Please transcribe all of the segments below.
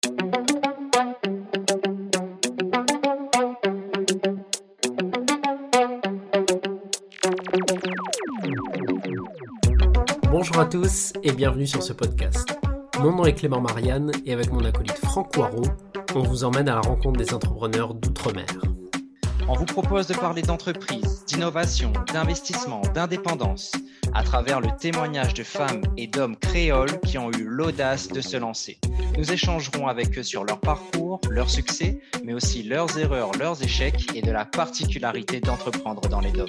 Bonjour à tous et bienvenue sur ce podcast. Mon nom est Clément Marianne et avec mon acolyte Franck Poirot, on vous emmène à la rencontre des entrepreneurs d'outre-mer. On vous propose de parler d'entreprise, d'innovation, d'investissement, d'indépendance, à travers le témoignage de femmes et d'hommes créoles qui ont eu l'audace de se lancer. Nous échangerons avec eux sur leur parcours, leurs succès, mais aussi leurs erreurs, leurs échecs et de la particularité d'entreprendre dans les DOM.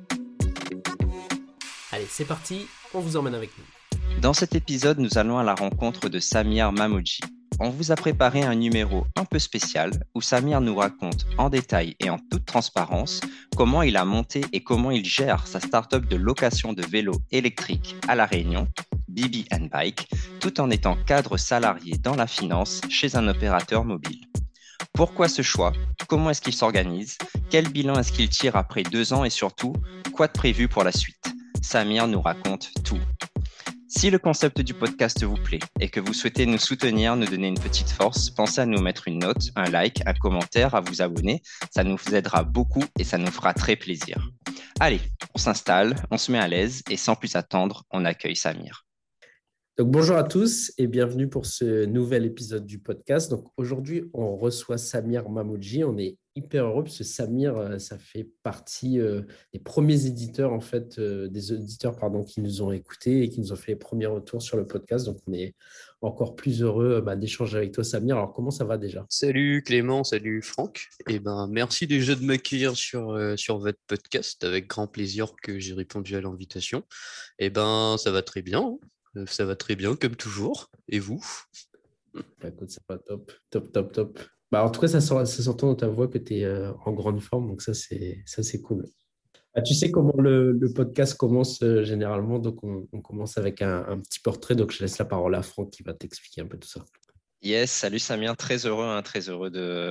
Allez, c'est parti, on vous emmène avec nous. Dans cet épisode, nous allons à la rencontre de Samir Mamouji. On vous a préparé un numéro un peu spécial où Samir nous raconte en détail et en toute transparence comment il a monté et comment il gère sa start-up de location de vélos électriques à La Réunion, BB & Bike, tout en étant cadre salarié dans la finance chez un opérateur mobile. Pourquoi ce choix? Comment est-ce qu'il s'organise? Quel bilan est-ce qu'il tire après 2 ans et surtout, quoi de prévu pour la suite? Samir nous raconte tout. Si le concept du podcast vous plaît et que vous souhaitez nous soutenir, nous donner une petite force, pensez à nous mettre une note, un like, un commentaire, à vous abonner. Ça nous aidera beaucoup et ça nous fera très plaisir. Allez, on s'installe, on se met à l'aise et sans plus attendre, on accueille Samir. Donc, bonjour à tous et bienvenue pour ce nouvel épisode du podcast. Donc, aujourd'hui, on reçoit Samir Mamouji. On est hyper heureux parce que Samir, ça fait partie des premiers éditeurs, en fait, des auditeurs qui nous ont écoutés et qui nous ont fait les premiers retours sur le podcast. Donc, on est encore plus heureux d'échanger avec toi, Samir. Alors, comment ça va déjà? Salut Clément, salut Franck. Merci déjà de m'accueillir sur votre podcast. Avec grand plaisir que j'ai répondu à l'invitation. Ça va très bien. Ça va très bien, comme toujours. Et vous? Écoute, ça va top. En tout cas, ça s'entend dans ta voix que tu es en grande forme, donc ça, c'est cool. Tu sais comment le podcast commence généralement, donc on commence avec un petit portrait, donc je laisse la parole à Franck qui va t'expliquer un peu tout ça. Yes, salut Samir, très heureux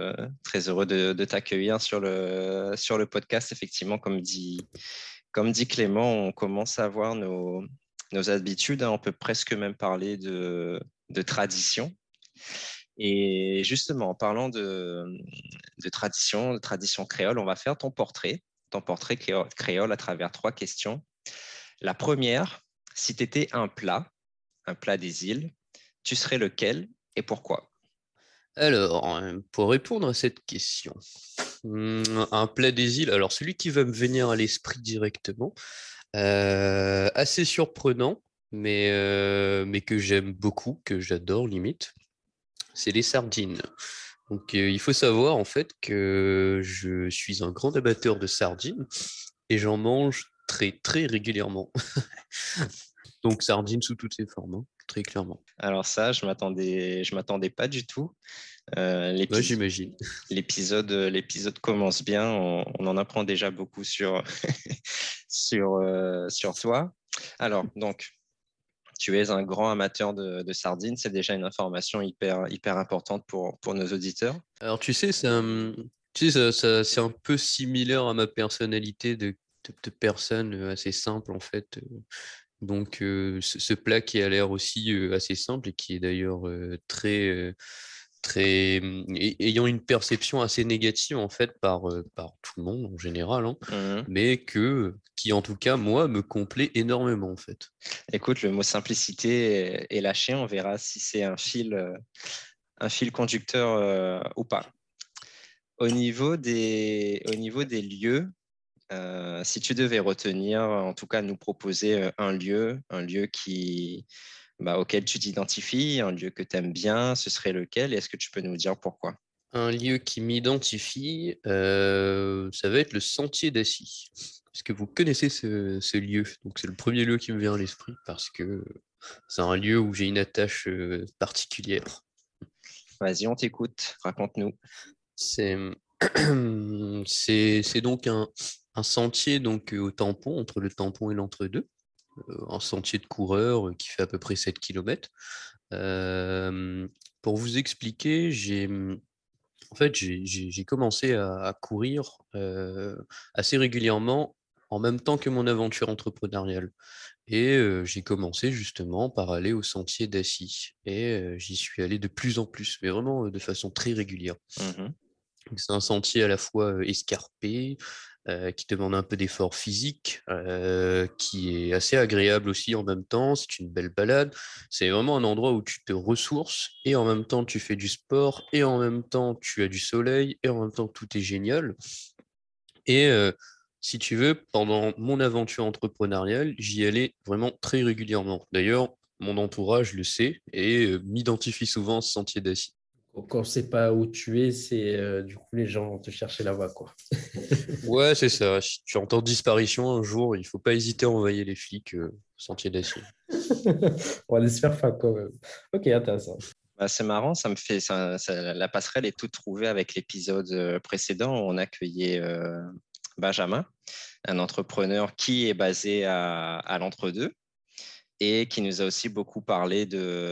de t'accueillir sur le podcast. Effectivement, comme dit Clément, on commence à voir nos habitudes, on peut presque même parler de tradition. Et justement, en parlant de tradition créole, on va faire ton portrait créole à travers 3 questions. La première, si tu étais un plat des îles, tu serais lequel et pourquoi? Alors, pour répondre à cette question, un plat des îles, alors celui qui va me venir à l'esprit directement, assez surprenant, mais que j'aime beaucoup, que j'adore limite, c'est les sardines. Donc, il faut savoir en fait que je suis un grand amateur de sardines et j'en mange très très régulièrement. Donc, sardines sous toutes ses formes, hein, très clairement. Alors ça, je m'attendais pas du tout. J'imagine. L'épisode commence bien. On en apprend déjà beaucoup sur toi. Alors, donc, tu es un grand amateur de sardines. C'est déjà une information hyper importante pour nos auditeurs. Alors, tu sais, c'est un peu similaire à ma personnalité de personne assez simple, en fait. Donc, ce plat qui a l'air aussi assez simple et qui est d'ailleurs ayant une perception assez négative en fait par tout le monde en général, hein, mais qui en tout cas moi me complaît énormément en fait. Écoute, le mot simplicité est lâché, on verra si c'est un fil conducteur ou pas. Au niveau des lieux, si tu devais retenir, en tout cas nous proposer un lieu auquel tu t'identifies, un lieu que tu aimes bien, ce serait lequel? Et est-ce que tu peux nous dire pourquoi? Un lieu qui m'identifie, ça va être le Sentier d'Assis. Est-ce que vous connaissez ce lieu? Donc c'est le premier lieu qui me vient à l'esprit parce que c'est un lieu où j'ai une attache particulière. Vas-y, on t'écoute, raconte-nous. C'est donc un sentier donc, au tampon, entre le tampon et l'entre-deux. Un sentier de coureur qui fait à peu près 7 km. Pour vous expliquer, j'ai commencé à courir assez régulièrement en même temps que mon aventure entrepreneuriale. Et j'ai commencé justement par aller au sentier d'Assy. Et j'y suis allé de plus en plus, mais vraiment de façon très régulière. Mhm. Donc, c'est un sentier à la fois escarpé, qui demande un peu d'effort physique, qui est assez agréable aussi en même temps. C'est une belle balade. C'est vraiment un endroit où tu te ressources et en même temps tu fais du sport et en même temps tu as du soleil et en même temps tout est génial. Et si tu veux, pendant mon aventure entrepreneuriale, j'y allais vraiment très régulièrement. D'ailleurs, mon entourage le sait et m'identifie souvent à ce sentier d'Assy. Quand on ne sait pas où tu es, c'est du coup les gens vont te chercher là-bas, quoi. Ouais, c'est ça. Si tu entends disparition un jour, il faut pas hésiter à envoyer les flics sentier d'Assy. On va se faire fin quand même. Ok, intéressant. Bah, c'est marrant, la passerelle est toute trouvée avec l'épisode précédent où on accueillait Benjamin, un entrepreneur qui est basé à l'entre-deux et qui nous a aussi beaucoup parlé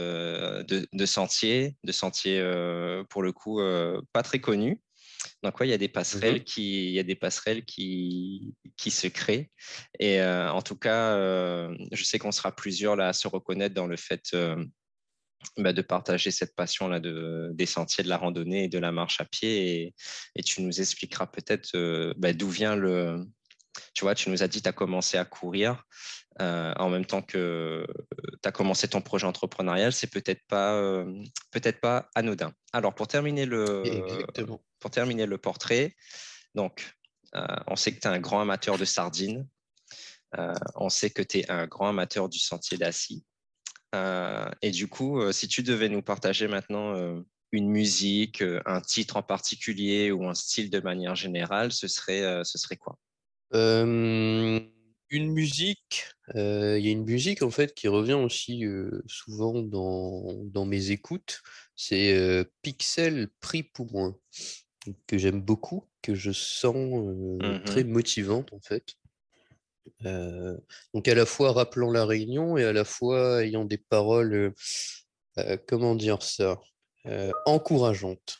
de sentiers pour le coup pas très connus. Donc ouais, Mhm. il y a des passerelles qui se créent. Et en tout cas, je sais qu'on sera plusieurs là à se reconnaître dans le fait de partager cette passion-là des sentiers, de la randonnée et de la marche à pied. Et tu nous expliqueras peut-être d'où vient le... Tu vois, tu nous as dit que tu as commencé à courir en même temps que tu as commencé ton projet entrepreneurial. C'est peut-être pas anodin. Alors, Exactement. pour terminer le portrait, donc, on sait que tu es un grand amateur de sardines. On sait que tu es un grand amateur du sentier d'Assy. Et du coup, si tu devais nous partager maintenant une musique, un titre en particulier ou un style de manière générale, ce serait quoi? Euh, une musique, il y a une musique en fait qui revient aussi souvent dans mes écoutes. C'est Pixel Prix pour moi, que j'aime beaucoup, que je sens très Mhm. motivante en fait. Euh, donc à la fois rappelant la Réunion et à la fois ayant des paroles, comment dire ça, encourageantes.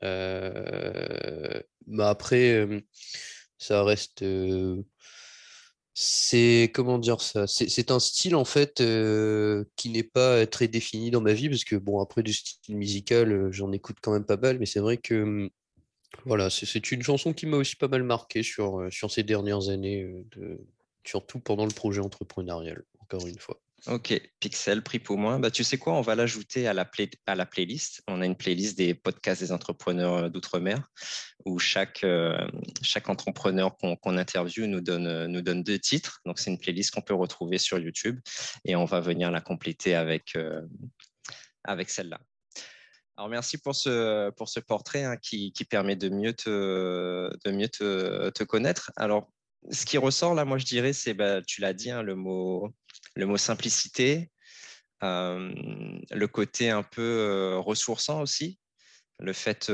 Bah après, ça reste, c'est comment dire ça, c'est un style en fait qui n'est pas très défini dans ma vie parce que bon après du style musical, j'en écoute quand même pas mal, mais c'est vrai que voilà, c'est une chanson qui m'a aussi pas mal marqué sur ces dernières années, surtout pendant le projet entrepreneurial, encore une fois. Ok, Pixel, prix pour moi. Bah, tu sais quoi, on va l'ajouter à la playlist. On a une playlist des podcasts des entrepreneurs d'outre-mer où chaque entrepreneur qu'on interviewe nous donne deux titres. Donc, c'est une playlist qu'on peut retrouver sur YouTube et on va venir la compléter avec celle-là. Alors, merci pour ce portrait hein, qui permet de mieux te connaître. Alors, ce qui ressort là, moi, je dirais, c'est, bah, tu l'as dit, hein, le mot simplicité, le côté un peu ressourçant aussi, le fait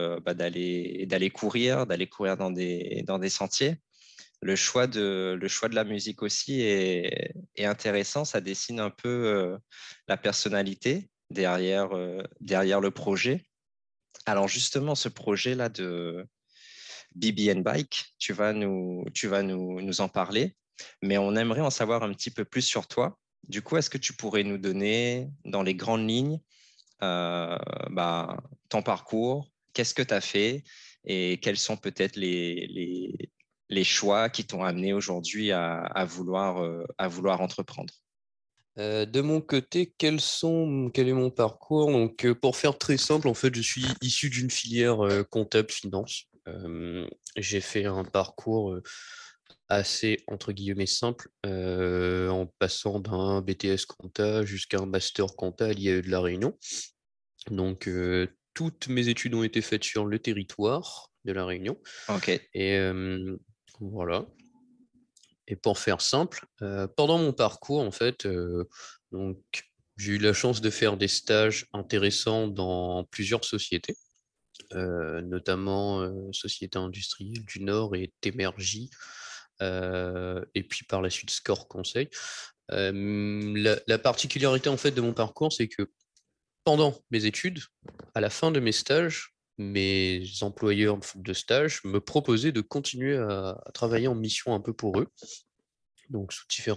d'aller courir dans des sentiers. Le choix de la musique aussi est intéressant. Ça dessine un peu la personnalité derrière le projet. Alors justement, ce projet-là de BBN Bike, tu vas nous en parler, mais on aimerait en savoir un petit peu plus sur toi. Du coup, est-ce que tu pourrais nous donner dans les grandes lignes euh, bah, ton parcours, qu'est-ce que tu as fait et quels sont peut-être les choix qui t'ont amené aujourd'hui à vouloir entreprendre. De mon côté, quel est mon parcours? Donc, pour faire très simple, en fait, je suis issu d'une filière comptable finance. J'ai fait un parcours assez, entre guillemets, simple, en passant d'un BTS compta jusqu'à un master compta à l'IAE de La Réunion. Donc, toutes mes études ont été faites sur le territoire de La Réunion. Ok, Et voilà. Et pour faire simple, pendant mon parcours, en fait, donc, j'ai eu la chance de faire des stages intéressants dans plusieurs sociétés, notamment Société industrielle du Nord et Temergy, et puis par la suite Score Conseil. La particularité en fait de mon parcours, c'est que pendant mes études, à la fin de mes stages, mes employeurs de stage me proposaient de continuer à travailler en mission un peu pour eux, donc sous différents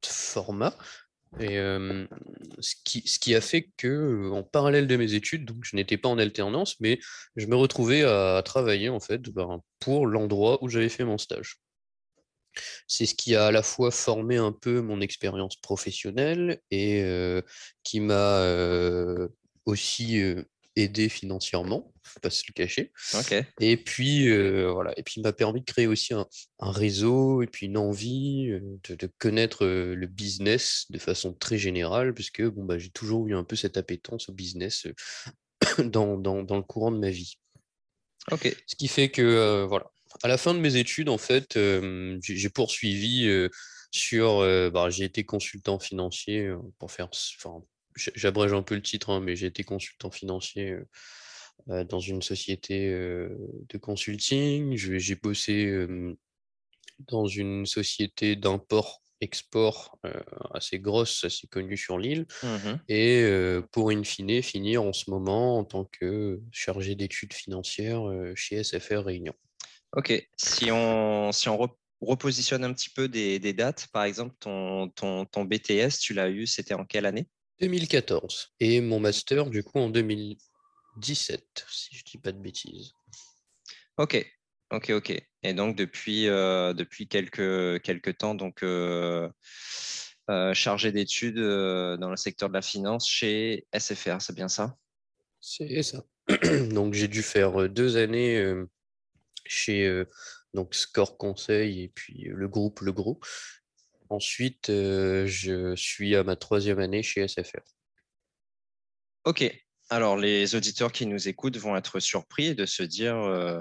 format. Et ce qui a fait que, en parallèle de mes études, donc je n'étais pas en alternance, mais je me retrouvais à travailler en fait pour l'endroit où j'avais fait mon stage. C'est ce qui a à la fois formé un peu mon expérience professionnelle et qui m'a aussi aidé financièrement, faut pas se le cacher. Ok. Et puis voilà, et puis il m'a permis de créer aussi un réseau et puis une envie de connaître le business de façon très générale, puisque bon, bah, j'ai toujours eu un peu cette appétence au business dans le courant de ma vie. Ok. Ce qui fait que, voilà, à la fin de mes études, en fait, j'ai poursuivi j'ai été consultant financier pour faire, enfin, j'abrège un peu le titre, hein, mais j'ai été consultant financier dans une société de consulting. J'ai bossé dans une société d'import-export assez grosse, assez connue sur l'île, Mhm. et pour in fine finir en ce moment en tant que chargé d'études financières chez SFR Réunion. Ok. Si on repositionne un petit peu des dates, par exemple, ton BTS, tu l'as eu, c'était en quelle année? 2014 et mon master du coup en 2017, si je dis pas de bêtises. Ok. Ok, ok. Et donc, depuis quelques temps, donc, chargé d'études dans le secteur de la finance chez SFR, c'est bien ça? C'est ça. Donc j'ai dû faire 2 années chez donc Score Conseil et puis le groupe Le Gros. Ensuite, je suis à ma 3e année chez SFR. Ok. Alors, les auditeurs qui nous écoutent vont être surpris de se dire,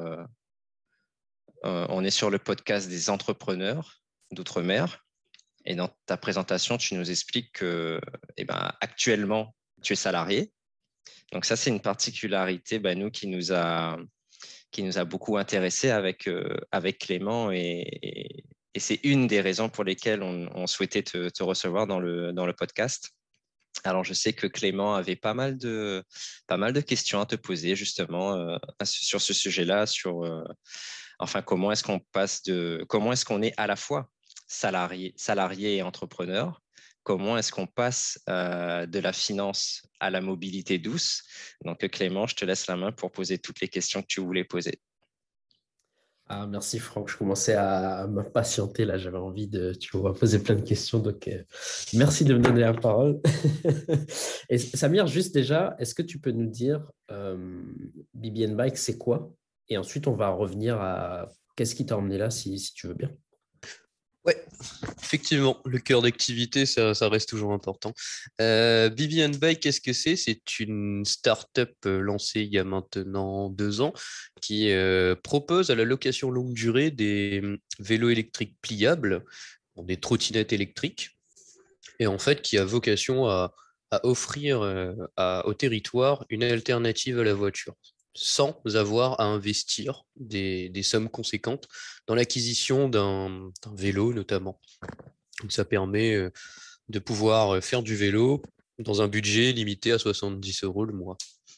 on est sur le podcast des entrepreneurs d'outre-mer. Et dans ta présentation, tu nous expliques que, eh ben, actuellement, tu es salarié. Donc ça, c'est une particularité, ben, nous, qui nous a beaucoup intéressé avec Clément. Et c'est une des raisons pour lesquelles on souhaitait te recevoir dans le podcast. Alors, je sais que Clément avait pas mal de questions à te poser, justement, sur ce sujet-là, enfin, comment est-ce qu'on est à la fois salarié et entrepreneur? Comment est-ce qu'on passe de la finance à la mobilité douce? Donc, Clément, je te laisse la main pour poser toutes les questions que tu voulais poser. Ah, merci Franck, je commençais à m'impatienter là, j'avais envie de, tu vois, poser plein de questions, donc merci de me donner la parole. Et Samir, juste déjà, est-ce que tu peux nous dire BBN Bike, c'est quoi? Et ensuite, on va revenir à qu'est-ce qui t'a emmené là, si tu veux bien. Ouais, effectivement, le cœur d'activité, ça reste toujours important. BB Bike, qu'est-ce que c'est? C'est une start-up lancée il y a maintenant 2 ans qui propose à la location longue durée des vélos électriques pliables, bon, des trottinettes électriques, et en fait qui a vocation à offrir au territoire une alternative à la voiture, sans avoir à investir des sommes conséquentes dans l'acquisition d'un vélo notamment. Donc ça permet de pouvoir faire du vélo dans un budget limité à 70 € le mois.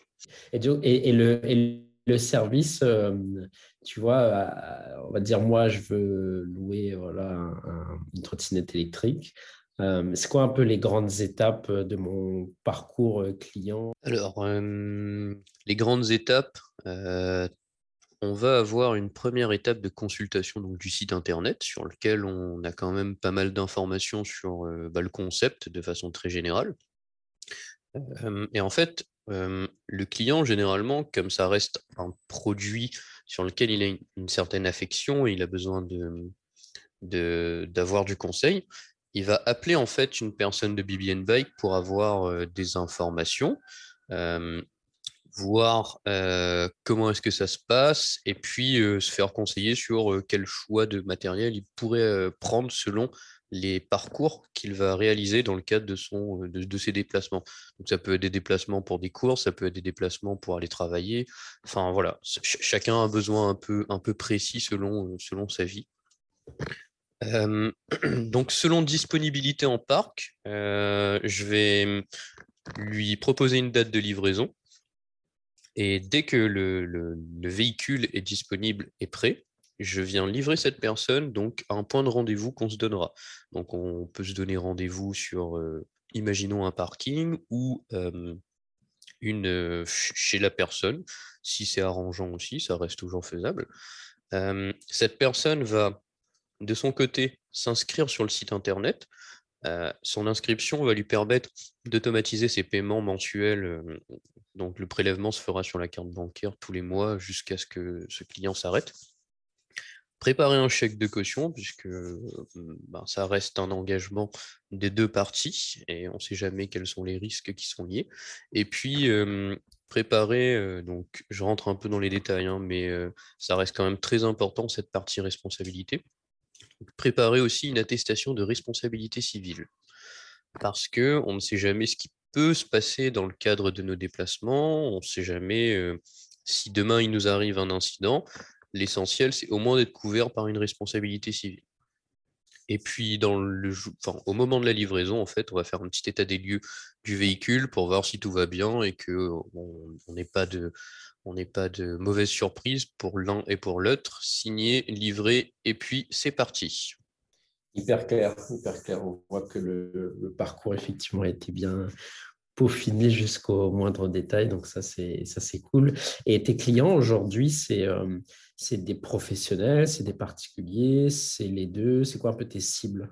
Et le service, tu vois, on va dire, moi, je veux louer voilà, une trottinette électrique. C'est quoi un peu les grandes étapes de mon parcours client? Alors, les grandes étapes, on va avoir une première étape de consultation donc, du site internet sur lequel on a quand même pas mal d'informations sur le concept de façon très générale. Et en fait, le client, généralement, comme ça reste un produit sur lequel il a une certaine affection et il a besoin d'avoir du conseil, il va appeler en fait une personne de BB Bike pour avoir des informations, euh, voir comment est-ce que ça se passe et puis se faire conseiller sur quel choix de matériel il pourrait prendre selon les parcours qu'il va réaliser dans le cadre de ses déplacements. Donc ça peut être des déplacements pour des courses, ça peut être des déplacements pour aller travailler. Enfin voilà, chacun a un besoin un peu précis selon sa vie. Donc selon disponibilité en parc, je vais lui proposer une date de livraison. Et dès que le véhicule est disponible et prêt, je viens livrer cette personne donc à un point de rendez-vous qu'on se donnera. Donc on peut se donner rendez-vous sur, imaginons un parking ou chez la personne, si c'est arrangeant aussi, ça reste toujours faisable. Cette personne va de son côté s'inscrire sur le site internet. Son inscription va lui permettre d'automatiser ses paiements mensuels. Donc le prélèvement se fera sur la carte bancaire tous les mois jusqu'à ce que ce client s'arrête. Préparer un chèque de caution, puisque ça reste un engagement des deux parties et on ne sait jamais quels sont les risques qui sont liés. Et puis, préparer, donc je rentre un peu dans les détails, mais ça reste quand même très important, cette partie responsabilité. Donc, préparer aussi une attestation de responsabilité civile, parce qu'on ne sait jamais ce qui peut se passer dans le cadre de nos déplacements, on ne sait jamais si demain il nous arrive un incident. L'essentiel, c'est au moins d'être couvert par une responsabilité civile. Et puis, au moment de la livraison, en fait, on va faire un petit état des lieux du véhicule pour voir si tout va bien et qu'on n'ait pas de mauvaise surprise pour l'un et pour l'autre. Signé, livré, et puis c'est parti. Hyper clair, hyper clair. On voit que le parcours, effectivement, a été bien peaufiné jusqu'au moindre détail. Donc, ça, c'est cool. Et tes clients, aujourd'hui, c'est des professionnels, c'est des particuliers, c'est les deux. C'est quoi un peu tes cibles?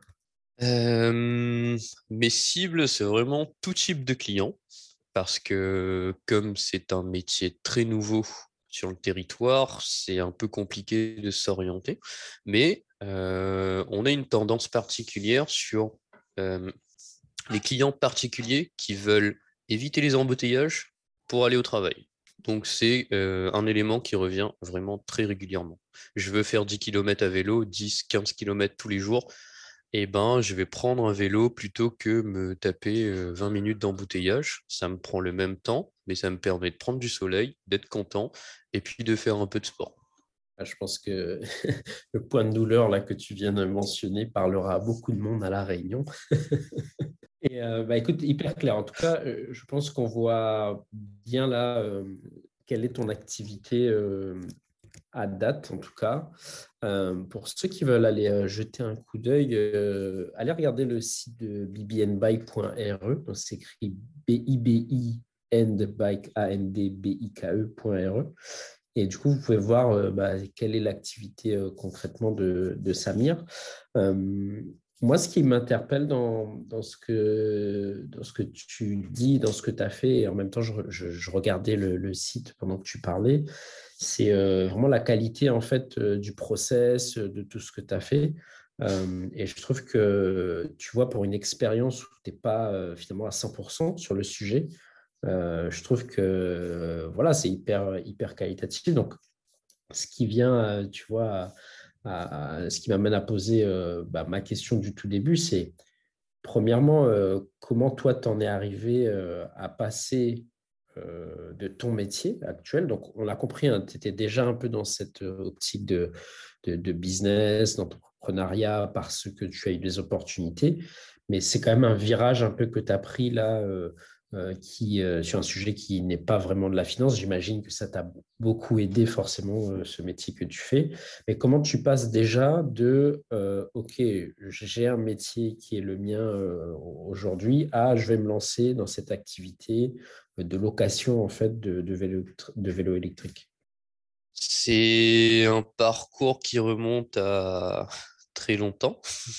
Mes cibles, c'est vraiment tout type de clients, parce que comme c'est un métier très nouveau sur le territoire, c'est un peu compliqué de s'orienter. Mais on a une tendance particulière sur les clients particuliers qui veulent éviter les embouteillages pour aller au travail. Donc, c'est un élément qui revient vraiment très régulièrement. Je veux faire 10 km à vélo, 10, 15 km tous les jours. Eh ben, je vais prendre un vélo plutôt que me taper 20 minutes d'embouteillage. Ça me prend le même temps, mais ça me permet de prendre du soleil, d'être content et puis de faire un peu de sport. Je pense que le point de douleur là, que tu viens de mentionner parlera à beaucoup de monde à La Réunion. Et écoute, hyper clair. En tout cas, je pense qu'on voit bien là quelle est ton activité à date, en tout cas. Pour ceux qui veulent aller jeter un coup d'œil, allez regarder le site de bbnbike.re. Donc, c'est écrit BIBI ANDBIKE.re. Et du coup, vous pouvez voir quelle est l'activité concrètement de Samir. Moi, ce qui m'interpelle dans ce que tu dis, dans ce que tu as fait, et en même temps, je regardais le site pendant que tu parlais, c'est vraiment la qualité en fait du process, de tout ce que tu as fait. Et je trouve que, tu vois, pour une expérience où tu n'es pas finalement à 100% sur le sujet, je trouve que voilà, c'est hyper, hyper qualitatif. Donc, ce qui vient, tu vois, ce qui m'amène à poser ma question du tout début, c'est premièrement, comment toi, t'en es arrivé à passer de ton métier actuel. Donc, on l'a compris, hein, tu étais déjà un peu dans cette optique de business, d'entrepreneuriat, parce que tu as eu des opportunités. Mais c'est quand même un virage un peu que tu as pris là, sur un sujet qui n'est pas vraiment de la finance. J'imagine que ça t'a beaucoup aidé forcément, ce métier que tu fais. Mais comment tu passes déjà de OK, j'ai un métier qui est le mien aujourd'hui, à je vais me lancer dans cette activité de location en fait de vélo électrique? C'est un parcours qui remonte à très longtemps.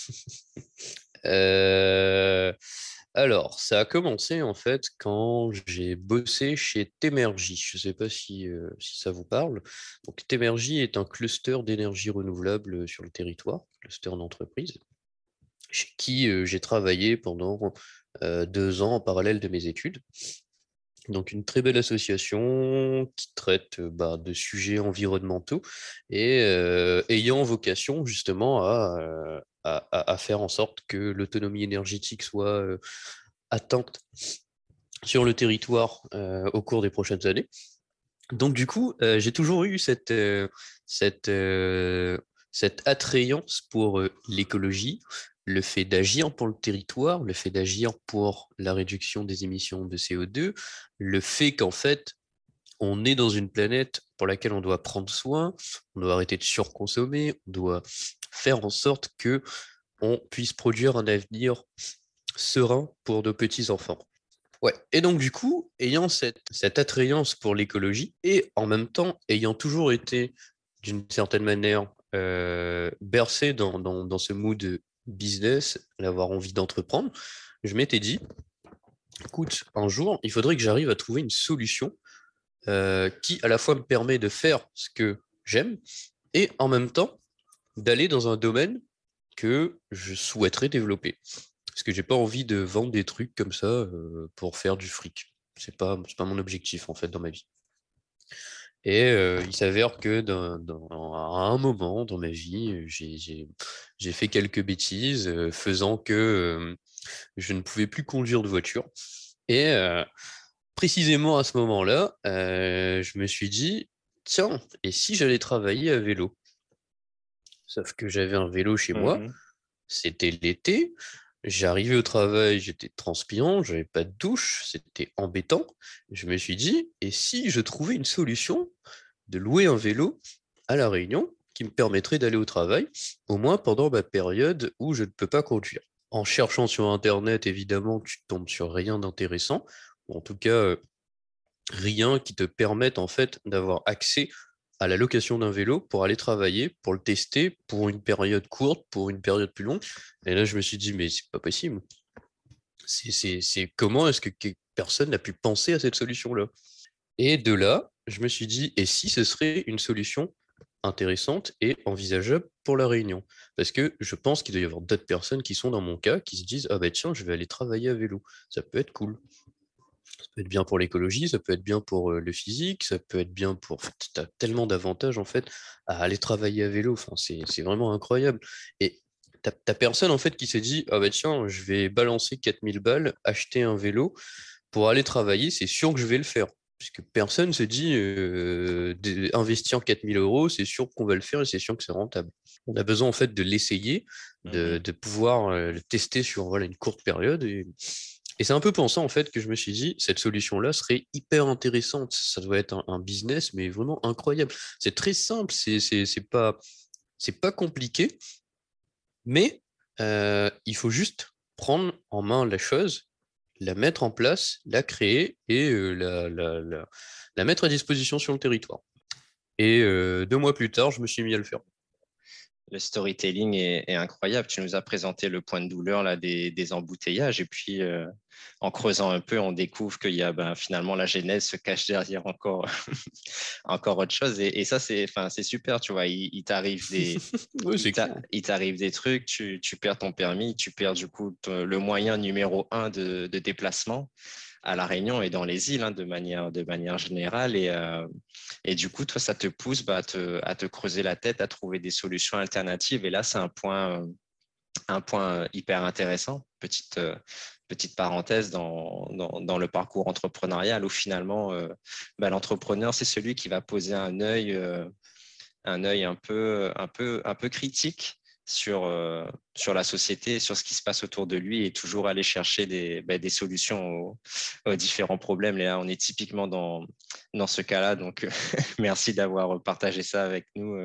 Alors, ça a commencé en fait quand j'ai bossé chez Temergy. Je ne sais pas si ça vous parle. Donc, Temergy est un cluster d'énergie renouvelable sur le territoire, cluster d'entreprise, chez qui j'ai travaillé pendant 2 ans en parallèle de mes études. Donc, une très belle association qui traite de sujets environnementaux et ayant vocation justement à faire en sorte que l'autonomie énergétique soit atteinte sur le territoire au cours des prochaines années. Donc, du coup, j'ai toujours eu cette, euh, cette attrayance pour l'écologie, le fait d'agir pour le territoire, le fait d'agir pour la réduction des émissions de CO2, le fait qu'en fait, On est dans une planète pour laquelle on doit prendre soin, on doit arrêter de surconsommer, on doit faire en sorte que on puisse produire un avenir serein pour nos petits-enfants. Ouais. Et donc, du coup, ayant cette attrayance pour l'écologie et en même temps ayant toujours été, d'une certaine manière, bercé dans ce mood business, d'avoir envie d'entreprendre, je m'étais dit, écoute, un jour, il faudrait que j'arrive à trouver une solution qui, à la fois, me permet de faire ce que j'aime et en même temps d'aller dans un domaine que je souhaiterais développer. Parce que j'ai pas envie de vendre des trucs comme ça pour faire du fric. C'est pas mon objectif en fait dans ma vie. Et il s'avère que à un moment dans ma vie, j'ai fait quelques bêtises faisant que je ne pouvais plus conduire de voiture. Et précisément à ce moment-là, je me suis dit, tiens, et si j'allais travailler à vélo? Sauf que j'avais un vélo chez moi, Mhm. c'était l'été, j'arrivais au travail, j'étais transpirant, j'avais pas de douche, c'était embêtant. Je me suis dit, et si je trouvais une solution de louer un vélo à La Réunion qui me permettrait d'aller au travail, au moins pendant ma période où je ne peux pas conduire. En cherchant sur Internet, évidemment, tu tombes sur rien d'intéressant, ou en tout cas, rien qui te permette en fait d'avoir accès à la location d'un vélo pour aller travailler, pour le tester pour une période courte, pour une période plus longue. Et là, je me suis dit, mais c'est pas possible. Comment est-ce que personne n'a pu penser à cette solution-là? Et de là, je me suis dit, et si ce serait une solution intéressante et envisageable pour La Réunion? Parce que je pense qu'il doit y avoir d'autres personnes qui sont dans mon cas, qui se disent, ah ben tiens, je vais aller travailler à vélo. Ça peut être cool. Ça peut être bien pour l'écologie, ça peut être bien pour le physique, ça peut être bien pour... Tu as tellement d'avantages en fait à aller travailler à vélo. Enfin, c'est vraiment incroyable. Et t'as personne en fait qui s'est dit, ah bah tiens, je vais balancer 4000 balles, acheter un vélo pour aller travailler, c'est sûr que je vais le faire. Puisque personne se dit, investir 4000 euros, c'est sûr qu'on va le faire et c'est sûr que c'est rentable. On a besoin en fait de l'essayer, Mhm. de pouvoir le tester sur voilà, une courte période. Et c'est un peu pour ça en fait que je me suis dit, cette solution-là serait hyper intéressante. Ça doit être un business, mais vraiment incroyable. C'est très simple, c'est pas compliqué, mais il faut juste prendre en main la chose, la mettre en place, la créer et la mettre à disposition sur le territoire. Et 2 mois plus tard, je me suis mis à le faire. Le storytelling est incroyable. Tu nous as présenté le point de douleur là, des embouteillages et puis en creusant un peu, on découvre qu'il y a finalement la genèse se cache derrière encore, encore autre chose. Et ça, c'est super, tu vois. Il t'arrive Oui, c'est clair. il t'arrive des trucs, tu perds ton permis, tu perds du coup le moyen numéro un de déplacement à La Réunion et dans les îles de manière générale. Et du coup, toi, ça te pousse à te creuser la tête, à trouver des solutions alternatives. Et là, c'est un point hyper intéressant. Petite parenthèse dans le parcours entrepreneurial où finalement, l'entrepreneur, c'est celui qui va poser un œil un peu critique sur la société, sur ce qui se passe autour de lui et toujours aller chercher des solutions aux différents problèmes. Et là, on est typiquement dans ce cas-là. Donc, merci d'avoir partagé ça avec nous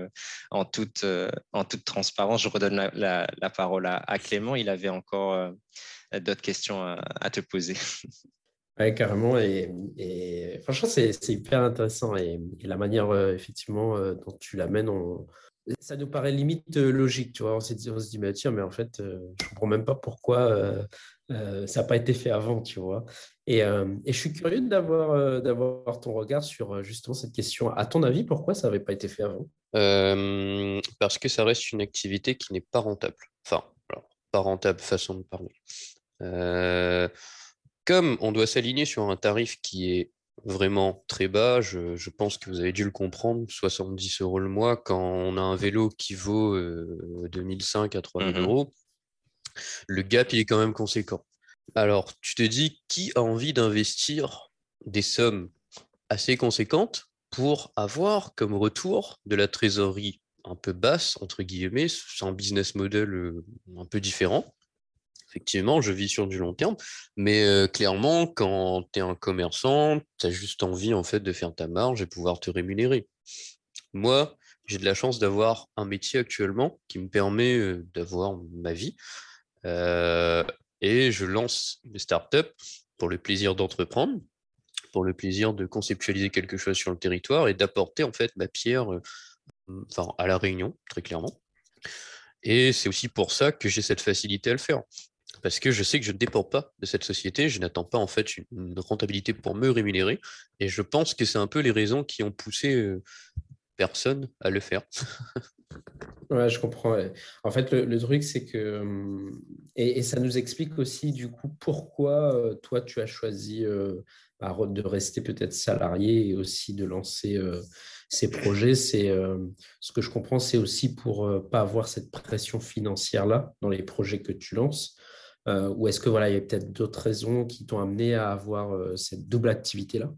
en toute transparence. Je redonne la parole à Clément. Il avait encore d'autres questions à te poser. Ouais, carrément. Et franchement, c'est hyper intéressant. Et la manière, effectivement, dont tu l'amènes, ça nous paraît limite logique, tu vois. On se dit, mais tiens, mais en fait, je comprends même pas pourquoi ça n'a pas été fait avant, tu vois. Et je suis curieux d'avoir ton regard sur justement cette question. À ton avis, pourquoi ça n'avait pas été fait avant? Parce que ça reste une activité qui n'est pas rentable. Enfin, alors, pas rentable, façon de parler. Euh, Comme on doit s'aligner sur un tarif qui est vraiment très bas, je pense que vous avez dû le comprendre, 70 euros le mois, quand on a un vélo qui vaut 2005 à 3000 Mhm. euros, le gap, il est quand même conséquent. Alors, tu te dis, qui a envie d'investir des sommes assez conséquentes pour avoir comme retour de la trésorerie un peu basse, entre guillemets, c'est un business model un peu différent. Effectivement, je vis sur du long terme, mais clairement, quand tu es un commerçant, tu as juste envie en fait de faire ta marge et pouvoir te rémunérer. Moi, j'ai de la chance d'avoir un métier actuellement qui me permet d'avoir ma vie euh, et je lance des startups pour le plaisir d'entreprendre, pour le plaisir de conceptualiser quelque chose sur le territoire et d'apporter en fait ma pierre enfin, à La Réunion, très clairement. Et c'est aussi pour ça que j'ai cette facilité à le faire. Parce que je sais que je ne dépends pas de cette société, je n'attends pas en fait une rentabilité pour me rémunérer. Et je pense que c'est un peu les raisons qui ont poussé personne à le faire. Ouais, je comprends. Ouais. En fait, le truc, c'est que, et ça nous explique aussi, du coup, pourquoi toi, tu as choisi de rester peut-être salarié et aussi de lancer ces projets. Ce que je comprends, c'est aussi pour pas avoir cette pression financière-là dans les projets que tu lances. Ou est-ce que voilà, il y a peut-être d'autres raisons qui t'ont amené à avoir cette double activité-là?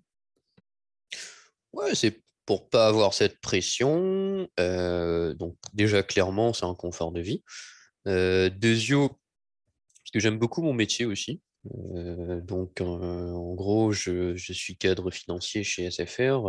Ouais, c'est pour pas avoir cette pression. Donc déjà, clairement, c'est un confort de vie. Deuxio, parce que j'aime beaucoup mon métier aussi. Donc, en gros, je suis cadre financier chez SFR.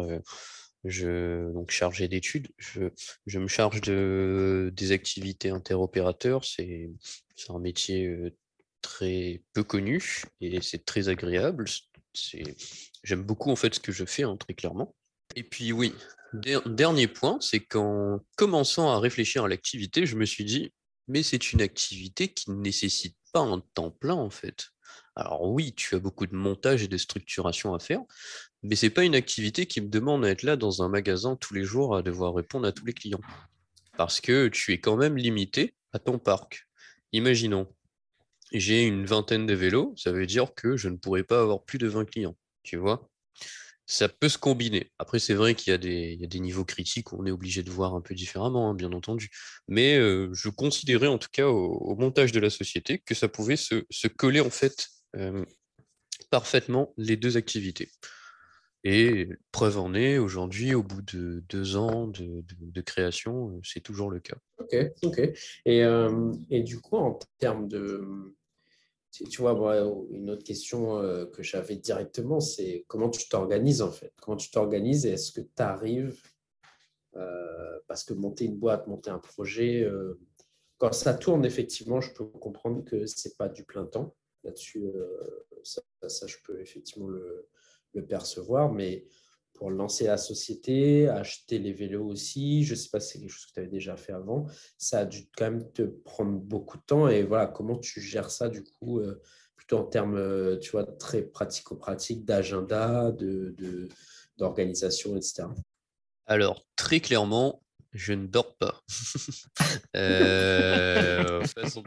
Donc chargé d'études. Je me charge des activités interopérateurs. C'est un métier très peu connu et c'est très agréable. C'est, j'aime beaucoup en fait ce que je fais, hein, très clairement. Et puis oui, dernier point, c'est qu'en commençant à réfléchir à l'activité, je me suis dit, mais c'est une activité qui ne nécessite pas un temps plein en fait. Alors oui, tu as beaucoup de montage et de structuration à faire, mais c'est pas une activité qui me demande à être là dans un magasin tous les jours à devoir répondre à tous les clients. Parce que tu es quand même limité à ton parc. Imaginons, j'ai une vingtaine de vélos, ça veut dire que je ne pourrais pas avoir plus de 20 clients. Tu vois? Ça peut se combiner. Après, c'est vrai il y a des niveaux critiques où on est obligé de voir un peu différemment, hein, bien entendu. Mais je considérais en tout cas au montage de la société que ça pouvait se coller en fait parfaitement les deux activités. Et preuve en est, aujourd'hui, au bout de 2 ans de création, c'est toujours le cas. Ok, ok. Et du coup, en termes de, tu vois, bon, une autre question que j'avais directement, c'est comment tu t'organises en fait? Comment tu t'organises et est-ce que tu arrives, parce que monter une boîte, monter un projet, quand ça tourne, effectivement, je peux comprendre que c'est pas du plein temps. Là-dessus, ça, je peux effectivement le percevoir, mais pour lancer la société, acheter les vélos aussi, je ne sais pas si c'est quelque chose que tu avais déjà fait avant, ça a dû quand même te prendre beaucoup de temps. Et voilà, comment tu gères ça du coup, plutôt en termes, tu vois, très pratico-pratique, d'agenda, d'organisation, etc. Alors, très clairement, je ne dors pas. Façon-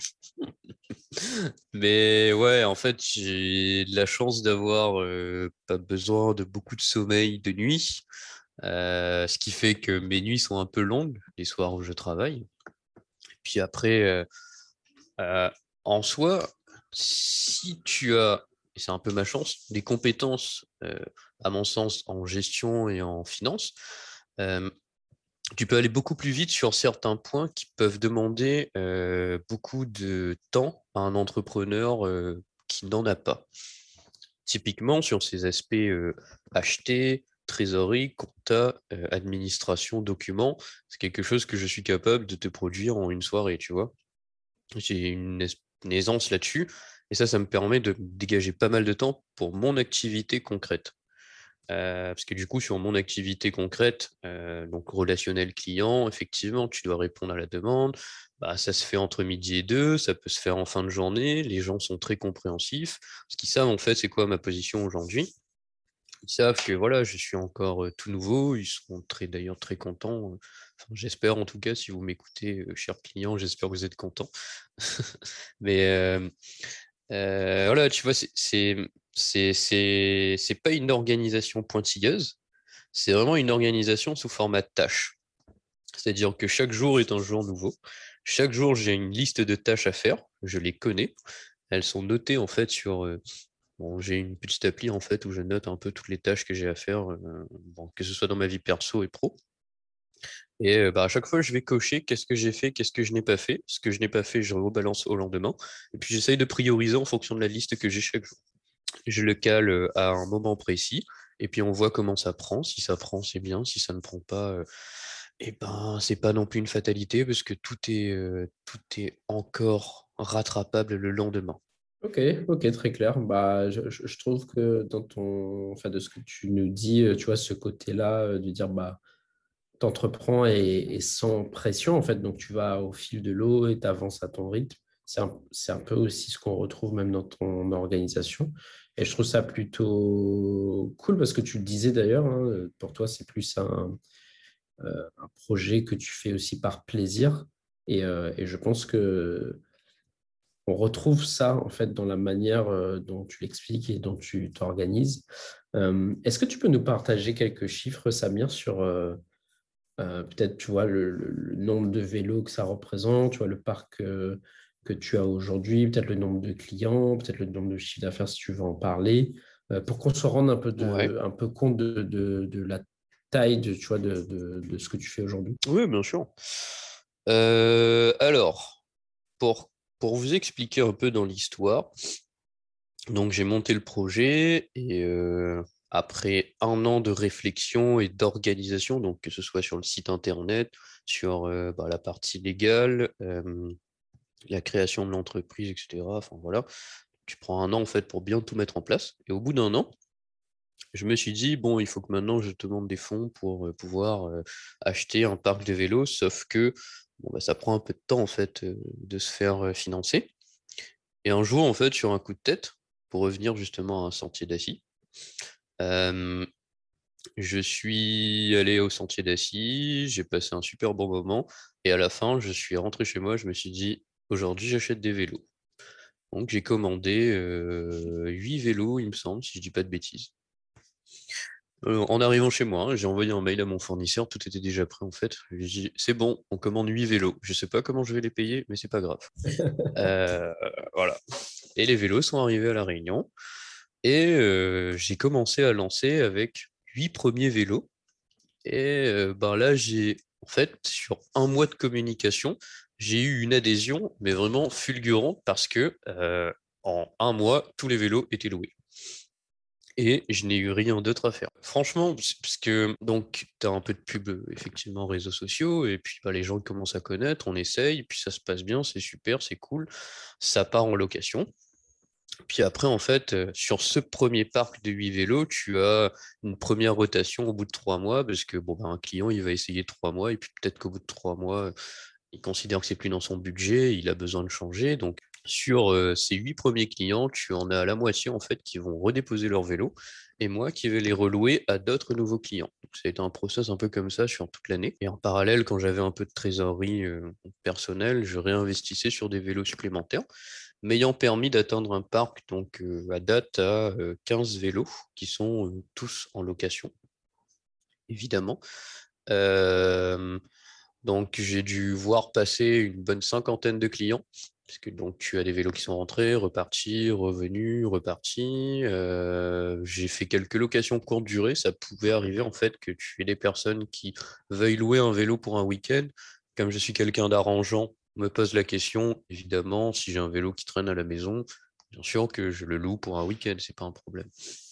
Mais ouais, en fait, j'ai de la chance d'avoir pas besoin de beaucoup de sommeil de nuit, ce qui fait que mes nuits sont un peu longues, les soirs où je travaille. Puis après, euh, en soi, si tu as, et c'est un peu ma chance, des compétences, à mon sens, en gestion et en finance, euh, tu peux aller beaucoup plus vite sur certains points qui peuvent demander beaucoup de temps à un entrepreneur qui n'en a pas. Typiquement, sur ces aspects acheter, trésorerie, compta, administration, documents, c'est quelque chose que je suis capable de te produire en une soirée, tu vois. J'ai une aisance là-dessus, et ça me permet de dégager pas mal de temps pour mon activité concrète. Parce que du coup, sur mon activité concrète, donc relationnel client, effectivement, tu dois répondre à la demande. Bah, ça se fait entre midi et deux, ça peut se faire en fin de journée. Les gens sont très compréhensifs. Ce qu'ils savent, en fait, c'est quoi ma position aujourd'hui. Ils savent que voilà, je suis encore tout nouveau. Ils seront d'ailleurs très contents. Enfin, j'espère en tout cas, si vous m'écoutez, chers clients, j'espère que vous êtes contents. Mais voilà, tu vois, c'est pas une organisation pointilleuse, c'est vraiment une organisation sous format de tâches. C'est-à-dire que chaque jour est un jour nouveau. Chaque jour, j'ai une liste de tâches à faire. Je les connais. Elles sont notées en fait sur. Bon, j'ai une petite appli en fait où je note un peu toutes les tâches que j'ai à faire, bon, que ce soit dans ma vie perso et pro. Et à chaque fois, je vais cocher qu'est-ce que j'ai fait, qu'est-ce que je n'ai pas fait. Ce que je n'ai pas fait, je rebalance au lendemain. Et puis, j'essaye de prioriser en fonction de la liste que j'ai chaque jour. Je le cale à un moment précis. Et puis, on voit comment ça prend. Si ça prend, c'est bien. Si ça ne prend pas, c'est pas non plus une fatalité parce que tout est encore rattrapable le lendemain. Ok, ok, très clair. Bah, je trouve que enfin, de ce que tu nous dis, tu vois, ce côté-là, de dire, bah, t'entreprends et sans pression, en fait. Donc, tu vas au fil de l'eau et tu avances à ton rythme. C'est un peu aussi ce qu'on retrouve même dans ton organisation. Et je trouve ça plutôt cool parce que tu le disais d'ailleurs, hein, pour toi, c'est plus un projet que tu fais aussi par plaisir. Et je pense que on retrouve ça en fait dans la manière dont tu l'expliques et dont tu t'organises. Est-ce que tu peux nous partager quelques chiffres, Samir, sur peut-être tu vois le nombre de vélos que ça représente, tu vois le parc que tu as aujourd'hui, peut-être le nombre de clients, peut-être le nombre de chiffres d'affaires si tu veux en parler, pour qu'on se rende Ouais. un peu compte de la taille tu vois, de ce que tu fais aujourd'hui. Oui, bien sûr. Alors, pour, pour vous expliquer un peu dans l'histoire, donc j'ai monté le projet et après un an de réflexion et d'organisation, donc que ce soit sur le site internet, sur la partie légale, la création de l'entreprise, etc. Enfin voilà, tu prends un an en fait pour bien tout mettre en place. Et au bout d'un an, je me suis dit, bon, il faut que maintenant je te demande des fonds pour pouvoir acheter un parc de vélos, sauf que bon, ça prend un peu de temps en fait de se faire financer. Et un jour, en fait, sur un coup de tête, pour revenir justement à un sentier d'Assis, euh, je suis allé au sentier d'Assis, j'ai passé un super bon moment, et à la fin, je suis rentré chez moi, je me suis dit, aujourd'hui, j'achète des vélos. Donc, j'ai commandé 8 vélos, il me semble, si je dis pas de bêtises. En arrivant chez moi, hein, j'ai envoyé un mail à mon fournisseur, tout était déjà prêt en fait. Je lui ai dit, c'est bon, on commande 8 vélos. Je sais pas comment je vais les payer, mais c'est pas grave. Euh, voilà. Et les vélos sont arrivés à La Réunion. Et j'ai commencé à lancer avec 8 premiers vélos. Et là, en fait, sur un mois de communication, j'ai eu une adhésion, mais vraiment fulgurante parce que en un mois, tous les vélos étaient loués. Et je n'ai eu rien d'autre à faire. Franchement, parce que donc tu as un peu de pub effectivement réseaux sociaux, et puis les gens commencent à connaître, on essaye, puis ça se passe bien, c'est super, c'est cool, ça part en location. Puis après, en fait, sur ce premier parc de 8 vélos, tu as une première rotation au bout de 3 mois, parce que un client, il va essayer 3 mois, et puis peut-être qu'au bout de 3 mois, il considère que c'est plus dans son budget, il a besoin de changer. Donc, sur ces 8 premiers clients, tu en as la moitié, en fait, qui vont redéposer leur vélo, et moi qui vais les relouer à d'autres nouveaux clients. Donc, ça a été un process un peu comme ça sur toute l'année. Et en parallèle, quand j'avais un peu de trésorerie personnelle, je réinvestissais sur des vélos supplémentaires m'ayant permis d'atteindre un parc donc à date à 15 vélos qui sont tous en location, évidemment. Euh, donc j'ai dû voir passer une bonne cinquantaine de clients, puisque donc tu as des vélos qui sont rentrés, repartis, revenus, repartis. J'ai fait quelques locations courte durée. Ça pouvait arriver en fait que tu aies des personnes qui veuillent louer un vélo pour un week-end. Comme je suis quelqu'un d'arrangeant, on me pose la question, évidemment, si j'ai un vélo qui traîne à la maison, bien sûr que je le loue pour un week-end, c'est pas un problème.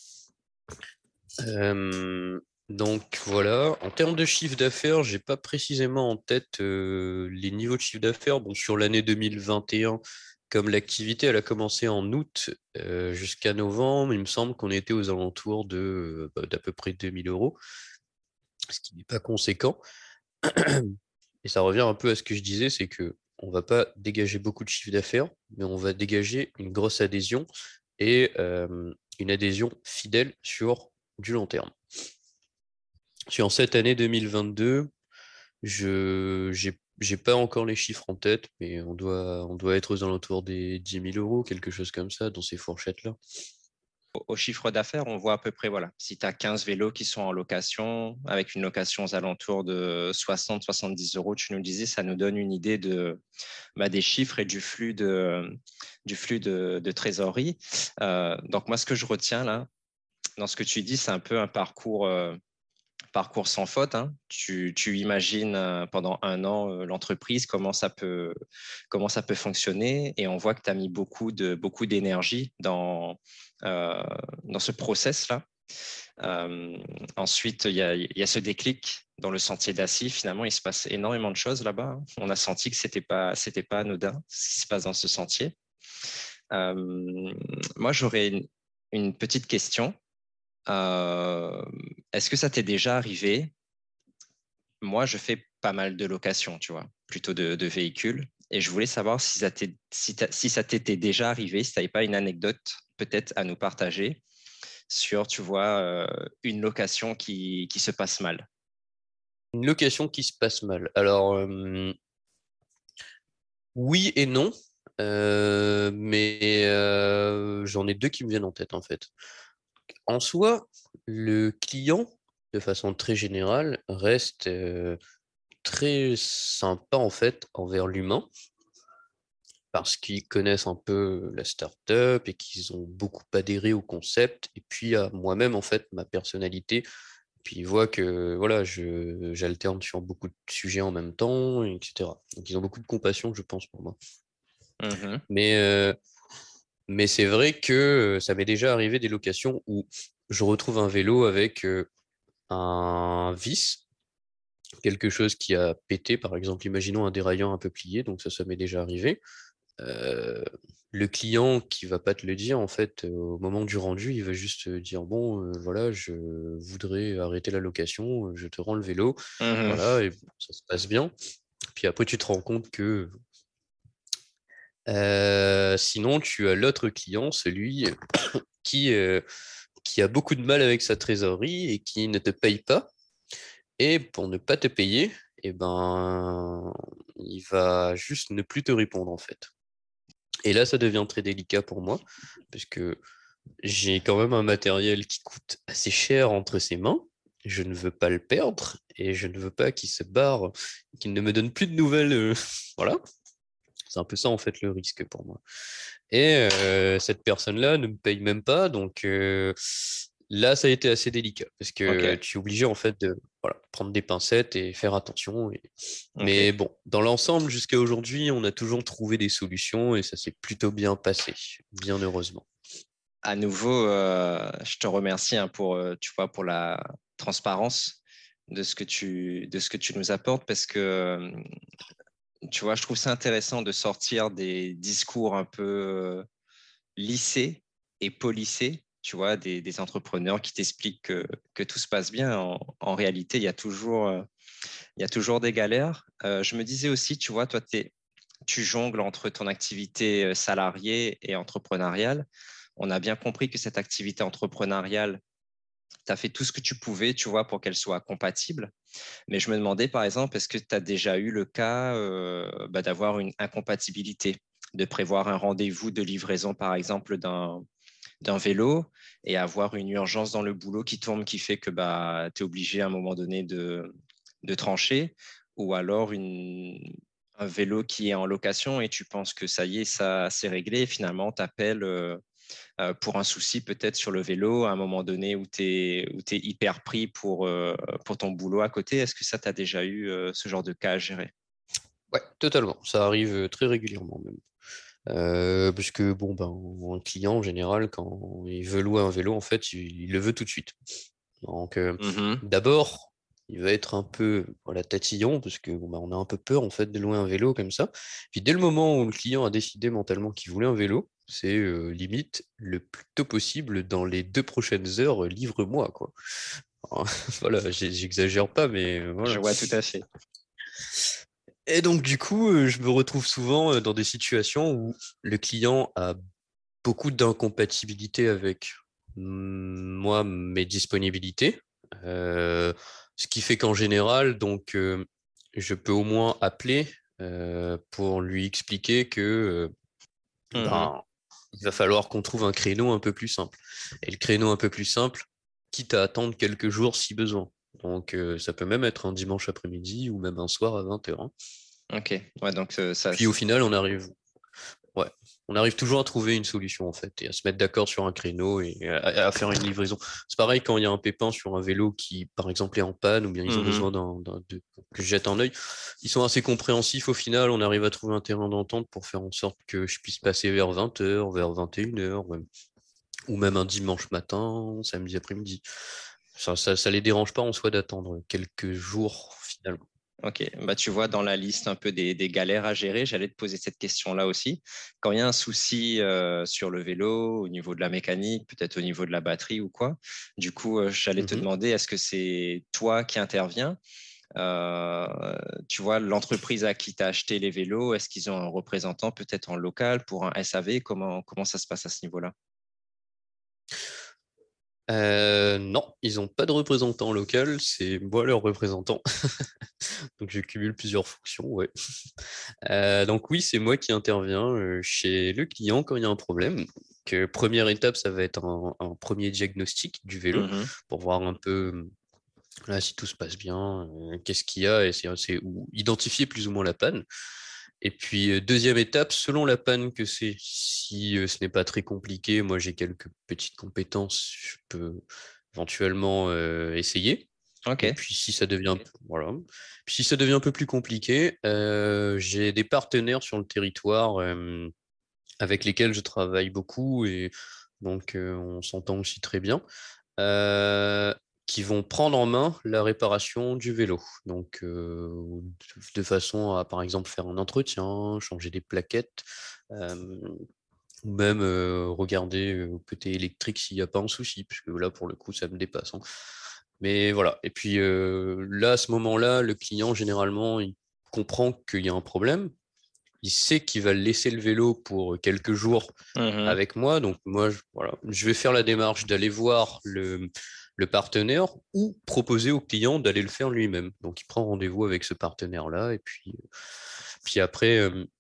Euh, donc voilà, en termes de chiffre d'affaires, j'ai pas précisément en tête les niveaux de chiffre d'affaires. Bon, sur l'année 2021, comme l'activité elle a commencé en août jusqu'à novembre, il me semble qu'on était aux alentours d'à peu près 2000 euros, ce qui n'est pas conséquent. Et ça revient un peu à ce que je disais, c'est que on va pas dégager beaucoup de chiffre d'affaires, mais on va dégager une grosse adhésion et une adhésion fidèle sur du long terme. Sur cette année 2022, j'ai pas encore les chiffres en tête, mais on doit être aux alentours des 10 000 euros, quelque chose comme ça, dans ces fourchettes-là. Au chiffre d'affaires, on voit à peu près, voilà, si tu as 15 vélos qui sont en location, avec une location aux alentours de 60-70 euros, tu nous disais, ça nous donne une idée des chiffres et du flux de trésorerie. Donc moi, ce que je retiens là, dans ce que tu dis, c'est un peu un parcours parcours sans faute, hein. Tu imagines pendant un an l'entreprise, comment ça peut fonctionner, et on voit que tu as mis beaucoup d'énergie dans ce process-là. Ensuite, il y a ce déclic dans le sentier d'Assis. Finalement, il se passe énormément de choses là-bas, hein. On a senti que c'était pas anodin ce qui se passe dans ce sentier. Moi, j'aurais une petite question. Est-ce que ça t'est déjà arrivé? Moi, je fais pas mal de locations, tu vois, plutôt de véhicules. Et je voulais savoir si ça t'était déjà arrivé, si tu n'avais pas une anecdote peut-être à nous partager sur, tu vois, une location qui se passe mal. Une location qui se passe mal. Alors, oui et non, mais j'en ai deux qui me viennent en tête, en fait. En soi, le client, de façon très générale, reste très sympa, en fait, envers l'humain, parce qu'ils connaissent un peu la startup et qu'ils ont beaucoup adhéré au concept. Et puis, à moi-même, en fait, ma personnalité. Puis ils voient que voilà, j'alterne sur beaucoup de sujets en même temps, etc. Donc ils ont beaucoup de compassion, je pense, pour moi. Mhm. Mais, euh, mais c'est vrai que ça m'est déjà arrivé des locations où je retrouve un vélo avec un vis, quelque chose qui a pété, par exemple, imaginons un déraillant un peu plié, donc ça m'est déjà arrivé. Euh, le client qui va pas te le dire, en fait, au moment du rendu, il va juste dire, bon, voilà, je voudrais arrêter la location, je te rends le vélo, Mhm. voilà, et bon, ça se passe bien. Puis après, tu te rends compte que sinon, tu as l'autre client, celui qui, euh, qui a beaucoup de mal avec sa trésorerie et qui ne te paye pas. Et pour ne pas te payer, eh ben, il va juste ne plus te répondre, en fait. Et là, ça devient très délicat pour moi, parce que j'ai quand même un matériel qui coûte assez cher entre ses mains. Je ne veux pas le perdre et je ne veux pas qu'il se barre, qu'il ne me donne plus de nouvelles. Voilà, c'est un peu ça en fait le risque pour moi. Et cette personne-là ne me paye même pas, donc là, ça a été assez délicat parce que Ok, tu es obligé en fait de voilà, prendre des pincettes et faire attention. Mais ok. bon, dans l'ensemble, jusqu'à aujourd'hui, on a toujours trouvé des solutions et ça s'est plutôt bien passé, bien heureusement. À nouveau, je te remercie hein, tu vois, pour la transparence de ce que tu nous apportes parce que tu vois, je trouve ça intéressant de sortir des discours un peu lissés et polissés, tu vois, des entrepreneurs qui t'expliquent que tout se passe bien. En réalité, il y a toujours des galères. Je me disais aussi, tu vois, tu jongles entre ton activité salariée et entrepreneuriale. On a bien compris que cette activité entrepreneuriale, tu as fait tout ce que tu pouvais, tu vois, pour qu'elle soit compatible. Mais je me demandais, par exemple, est-ce que tu as déjà eu le cas d'avoir une incompatibilité, de prévoir un rendez-vous de livraison, par exemple, d'un vélo et avoir une urgence dans le boulot qui tombe, qui fait que bah, tu es obligé à un moment donné de trancher, ou alors un vélo qui est en location et tu penses que ça y est, ça c'est réglé, et finalement, tu appelles pour un souci peut-être sur le vélo à un moment donné où tu es hyper pris pour ton boulot à côté. Est-ce que ça, tu as déjà eu ce genre de cas à gérer? Ouais, totalement. Ça arrive très régulièrement même. Parce que bon, ben, un client en général, quand il veut louer un vélo, en fait, il le veut tout de suite. Donc, Mhm. d'abord, il va être un peu voilà, tatillon, parce que bon, ben, on a un peu peur en fait de louer un vélo comme ça. Puis dès le moment où le client a décidé mentalement qu'il voulait un vélo, c'est limite le plus tôt possible dans les 2 prochaines heures, livre-moi quoi. Alors, voilà, j'exagère pas, mais Je voilà. vois tout à fait. Et donc, du coup, je me retrouve souvent dans des situations où le client a beaucoup d'incompatibilité avec moi, mes disponibilités. Euh, Ce qui fait qu'en général, donc, je peux au moins appeler pour lui expliquer que Mhm. ben, il va falloir qu'on trouve un créneau un peu plus simple. Et le créneau un peu plus simple, quitte à attendre quelques jours si besoin. Donc, ça peut même être un dimanche après-midi ou même un soir à 20h. Ok, ouais, donc Puis au final, on arrive, ouais, on arrive toujours à trouver une solution en fait et à se mettre d'accord sur un créneau et à faire une livraison. C'est pareil quand il y a un pépin sur un vélo qui, par exemple, est en panne ou bien ils ont besoin que je jette un œil. Ils sont assez compréhensifs au final. On arrive à trouver un terrain d'entente pour faire en sorte que je puisse passer vers 20h, vers 21h, ou même un dimanche matin, samedi après-midi. Ça les dérange pas en soi d'attendre quelques jours finalement. Ok, bah, tu vois, dans la liste un peu des galères à gérer, j'allais te poser cette question-là aussi. Quand il y a un souci sur le vélo, au niveau de la mécanique, peut-être au niveau de la batterie ou quoi, du coup, j'allais te demander, est-ce que c'est toi qui interviens? Tu vois, l'entreprise à qui tu as acheté les vélos, est-ce qu'ils ont un représentant peut-être en local pour un SAV? Comment ça se passe à ce niveau-là? Non, ils n'ont pas de représentant local, c'est moi leur représentant. Donc je cumule plusieurs fonctions, ouais. Donc oui, c'est moi qui interviens chez le client quand il y a un problème. Première étape, ça va être un premier diagnostic du vélo Mhm. pour voir un peu là, si tout se passe bien, qu'est-ce qu'il y a, et ou identifier plus ou moins la panne. Et puis, deuxième étape, selon la panne que c'est, si ce n'est pas très compliqué, moi j'ai quelques petites compétences, je peux éventuellement essayer. Ok. Et puis si ça devient voilà. Puis si ça devient un peu plus compliqué, j'ai des partenaires sur le territoire avec lesquels je travaille beaucoup et donc on s'entend aussi très bien. Euh, qui vont prendre en main la réparation du vélo. Donc, de façon à, par exemple, faire un entretien, changer des plaquettes, euh, ou même regarder côté électrique s'il n'y a pas un souci, puisque là, pour le coup, ça me dépasse, hein. Mais voilà. Et puis là, à ce moment-là, le client, généralement, il comprend qu'il y a un problème. Il sait qu'il va laisser le vélo pour quelques jours Mhm. avec moi. Donc moi, voilà, je vais faire la démarche d'aller voir le partenaire ou proposer au client d'aller le faire lui-même. Donc il prend rendez-vous avec ce partenaire-là et puis après,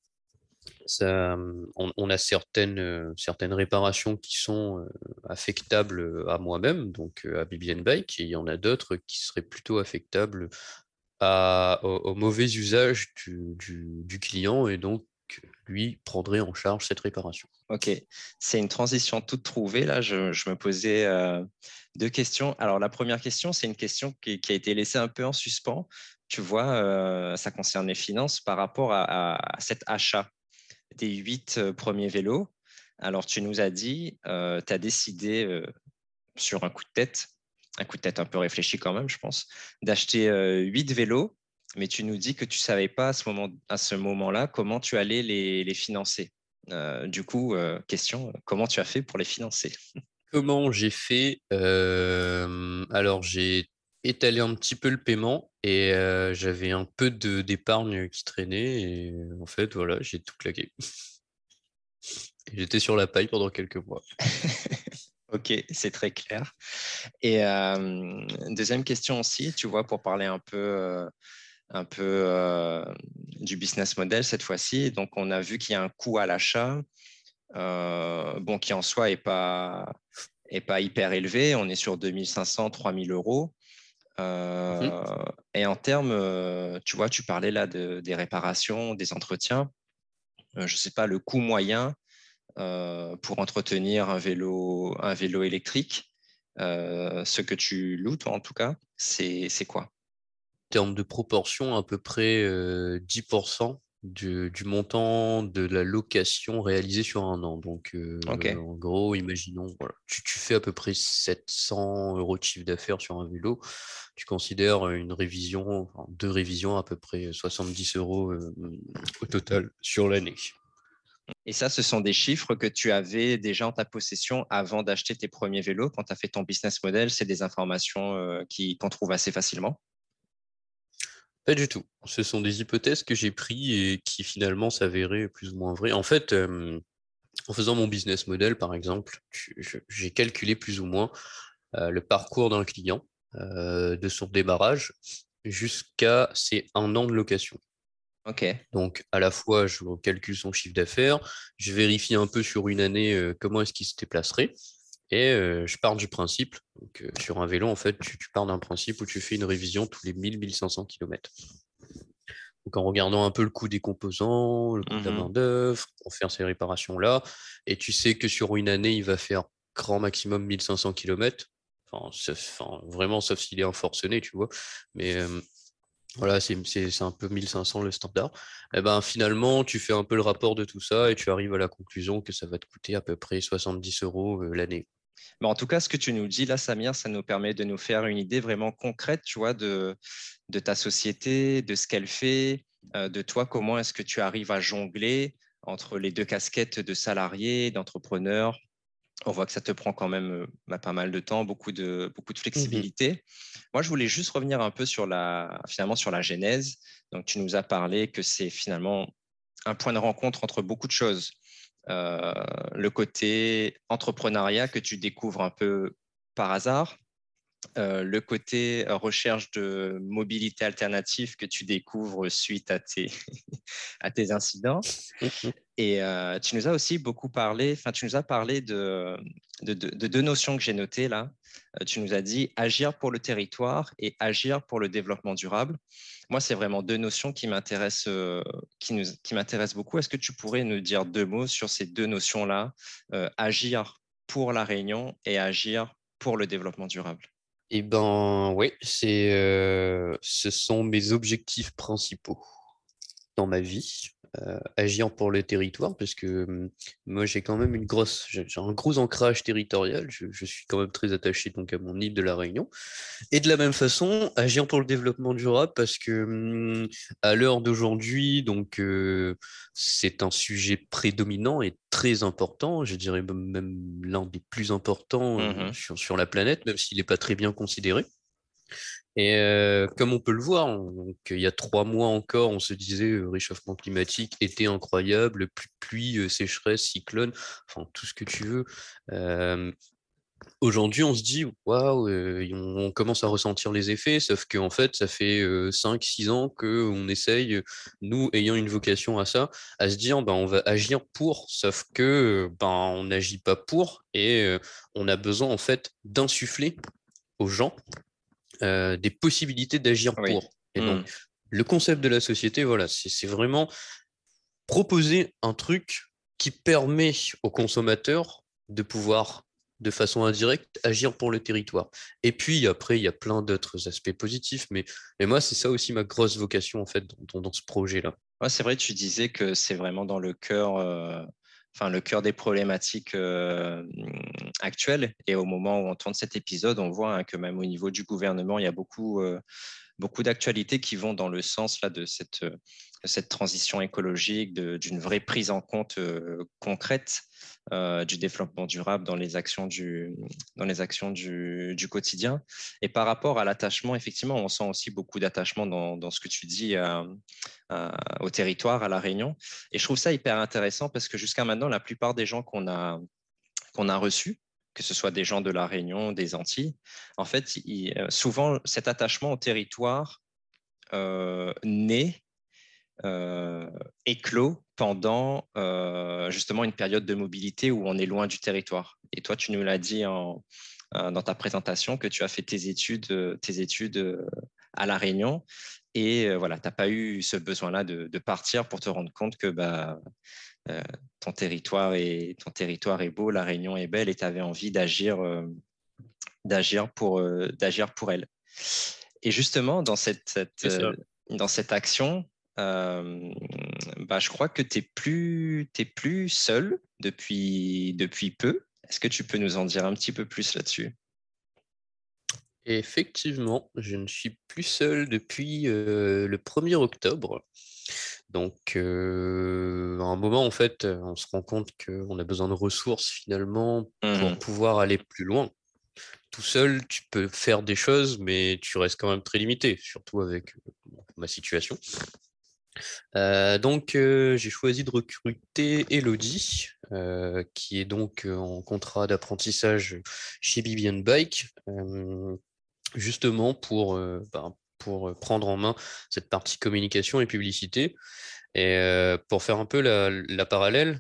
on a certaines réparations qui sont affectables à moi-même, donc à Bibi Bike, et il y en a d'autres qui seraient plutôt affectables au mauvais usage du client et donc lui prendrait en charge cette réparation. Ok, c'est une transition toute trouvée. Là, je me posais deux questions. Alors, la première question, c'est une question qui a été laissée un peu en suspens. Tu vois, ça concerne les finances par rapport à cet achat des 8 premiers vélos. Alors, tu nous as dit, tu as décidé sur un coup de tête un peu réfléchi quand même, je pense, d'acheter 8 vélos, mais tu nous dis que tu ne savais pas à ce moment-là comment tu allais les financer. Du coup, question, comment tu as fait pour les financer? Comment j'ai fait? Alors, j'ai étalé un petit peu le paiement et j'avais un peu d'épargne qui traînait et en fait, voilà, j'ai tout claqué. Et j'étais sur la paille pendant quelques mois. Ok, c'est très clair. Et deuxième question aussi, tu vois, pour parler un peu du business model cette fois-ci. Donc, on a vu qu'il y a un coût à l'achat, bon, qui en soi est pas hyper élevé. On est sur 2500, 3000 euros. Mhm. Et en termes, tu vois, tu parlais là des réparations, des entretiens. Je ne sais pas, le coût moyen pour entretenir un vélo électrique, ce que tu loues, toi en tout cas, c'est quoi? En termes de proportion, à peu près 10% du montant de la location réalisée sur un an. Donc, Ok. en gros, imaginons, voilà, tu fais à peu près 700 euros de chiffre d'affaires sur un vélo. Tu considères une révision, enfin, deux révisions à peu près 70 euros au total sur l'année. Et ça, ce sont des chiffres que tu avais déjà en ta possession avant d'acheter tes premiers vélos. Quand tu as fait ton business model, c'est des informations qu'on trouve assez facilement. Pas du tout. Ce sont des hypothèses que j'ai prises et qui finalement s'avéraient plus ou moins vraies. En fait, en faisant mon business model, par exemple, j'ai calculé plus ou moins le parcours d'un client de son démarrage jusqu'à ses un an de location. Ok. Donc, à la fois, je calcule son chiffre d'affaires, je vérifie un peu sur une année comment est-ce qu'il se déplacerait, et je pars du principe, donc, sur un vélo, en fait, tu pars d'un principe où tu fais une révision tous les 1000-1500 km. Donc en regardant un peu le coût des composants, le coût de la Mhm. main-d'œuvre pour faire ces réparations-là, et tu sais que sur une année, il va faire grand maximum 1500 km. Vraiment, sauf s'il est un forcené, tu vois. Mais voilà, c'est un peu 1500 le standard. Et ben finalement, tu fais un peu le rapport de tout ça et tu arrives à la conclusion que ça va te coûter à peu près 70 euros l'année. Mais en tout cas, ce que tu nous dis là, Samir, ça nous permet de nous faire une idée vraiment concrète, tu vois, de ta société, de ce qu'elle fait, de toi, comment est-ce que tu arrives à jongler entre les deux casquettes de salarié, d'entrepreneur. On voit que ça te prend quand même pas mal de temps, beaucoup de Mhm. flexibilité. Moi, je voulais juste revenir un peu finalement sur la genèse. Donc, tu nous as parlé que c'est finalement un point de rencontre entre beaucoup de choses. Euh, le côté entrepreneuriat que tu découvres un peu par hasard, le côté recherche de mobilité alternative que tu découvres suite à à tes incidents. Et tu nous as aussi beaucoup parlé, enfin, tu nous as parlé de deux notions que j'ai notées là. Tu nous as dit agir pour le territoire et agir pour le développement durable. Moi, c'est vraiment deux notions qui m'intéressent, qui m'intéressent beaucoup. Est-ce que tu pourrais nous dire deux mots sur ces deux notions-là, agir pour la Réunion et agir pour le développement durable? Eh ben, oui, ce sont mes objectifs principaux dans ma vie, agir pour le territoire, parce que moi j'ai un gros ancrage territorial, je suis quand même très attaché donc à mon île de la Réunion, et de la même façon, agir pour le développement durable, parce que à l'heure d'aujourd'hui, donc c'est un sujet prédominant et très important, je dirais même l'un des plus importants Mhm. sur la planète, même s'il n'est pas très bien considéré. Et comme on peut le voir, donc, il y a 3 mois encore, on se disait réchauffement climatique, été incroyable, plus de pluie, sécheresse, cyclone, enfin tout ce que tu veux. Euh, Aujourd'hui, on se dit, waouh, on commence à ressentir les effets, sauf qu'en fait, ça fait 5-6 ans qu'on essaye, nous ayant une vocation à ça, à se dire, ben, on va agir pour, sauf que ben, on n'agit pas pour, et on a besoin en fait d'insuffler aux gens des possibilités d'agir Oui. pour. Et donc, Mhm. le concept de la société, voilà, c'est vraiment proposer un truc qui permet aux consommateurs de pouvoir, de façon indirecte, agir pour le territoire. Et puis, après, il y a plein d'autres aspects positifs, mais moi, c'est ça aussi ma grosse vocation, en fait, dans ce projet-là. Ouais, c'est vrai, tu disais que c'est vraiment dans le cœur, enfin, le cœur des problématiques actuelles. Et au moment où on tourne cet épisode, on voit hein, que même au niveau du gouvernement, il y a beaucoup d'actualités qui vont dans le sens là, de cette transition écologique, d'une vraie prise en compte concrète du développement durable dans les actions du quotidien. Et par rapport à l'attachement, effectivement, on sent aussi beaucoup d'attachement dans ce que tu dis au territoire, à La Réunion. Et je trouve ça hyper intéressant parce que jusqu'à maintenant, la plupart des gens qu'on a reçus, que ce soit des gens de La Réunion, des Antilles, en fait, souvent, cet attachement au territoire naît, éclos pendant justement une période de mobilité où on est loin du territoire. Et toi, tu nous l'as dit dans ta présentation que tu as fait tes études à La Réunion. Et voilà, tu n'as pas eu ce besoin-là de partir pour te rendre compte que bah, euh, ton territoire est beau, La Réunion est belle et tu avais envie d'agir pour elle. Et justement, C'est ça. dans cette action, euh, bah, je crois que t'es plus seul depuis peu. Est-ce que tu peux nous en dire un petit peu plus là-dessus? Et effectivement, je ne suis plus seul depuis le 1er octobre. Donc, à un moment, en fait, on se rend compte qu'on a besoin de ressources finalement pour Mhm. pouvoir aller plus loin. Tout seul, tu peux faire des choses, mais tu restes quand même très limité, surtout avec ma situation. Donc, j'ai choisi de recruter Elodie, qui est donc en contrat d'apprentissage chez BB Bike, justement pour prendre en main cette partie communication et publicité. Et pour faire un peu la parallèle,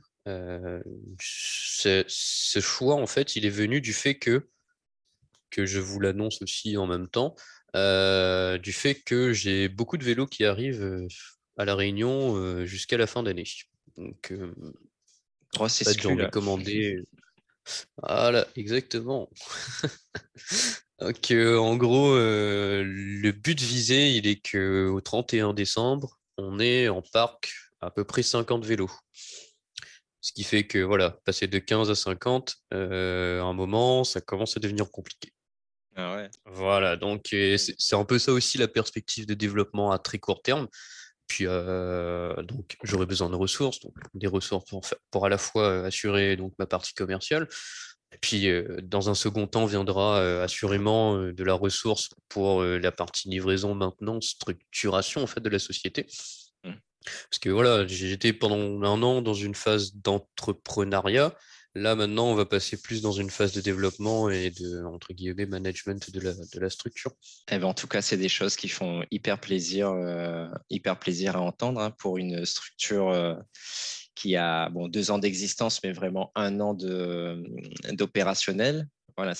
ce choix, en fait, il est venu du fait que je vous l'annonce aussi en même temps, du fait que j'ai beaucoup de vélos qui arrivent à La Réunion jusqu'à la fin d'année. Donc, Grosse en fait, exclue, j'en ai là. commandé. Voilà, exactement. Donc, en gros, le but visé, il est qu'au 31 décembre, on est en parc à peu près 50 vélos. Ce qui fait que, voilà, passer de 15 à 50, à un moment, ça commence à devenir compliqué. Ah ouais. Voilà, donc c'est un peu ça aussi la perspective de développement à très court terme. Puis donc j'aurai besoin de ressources, donc des ressources pour à la fois assurer donc ma partie commerciale. Et puis dans un second temps viendra assurément de la ressource pour la partie livraison, maintenance, structuration en fait de la société. Mm. Parce que voilà, j'étais pendant un an dans une phase d'entrepreneuriat. Là, maintenant, on va passer plus dans une phase de développement et de, entre guillemets, management de la structure. Eh ben, en tout cas, c'est des choses qui font hyper plaisir à entendre, hein, pour une structure qui a 2 ans d'existence, mais vraiment 1 an d'opérationnel. Voilà,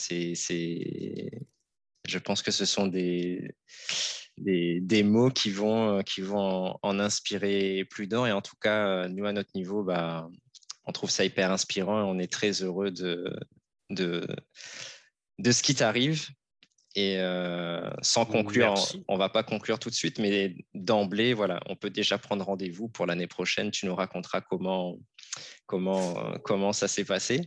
je pense que ce sont des mots qui vont en inspirer plus d'un. Et en tout cas, nous, à notre niveau, on trouve ça hyper inspirant et on est très heureux de, de ce qui t'arrive. Et sans conclure, Merci. on ne va pas conclure tout de suite, mais d'emblée, voilà, on peut déjà prendre rendez-vous pour l'année prochaine. Tu nous raconteras comment ça s'est passé.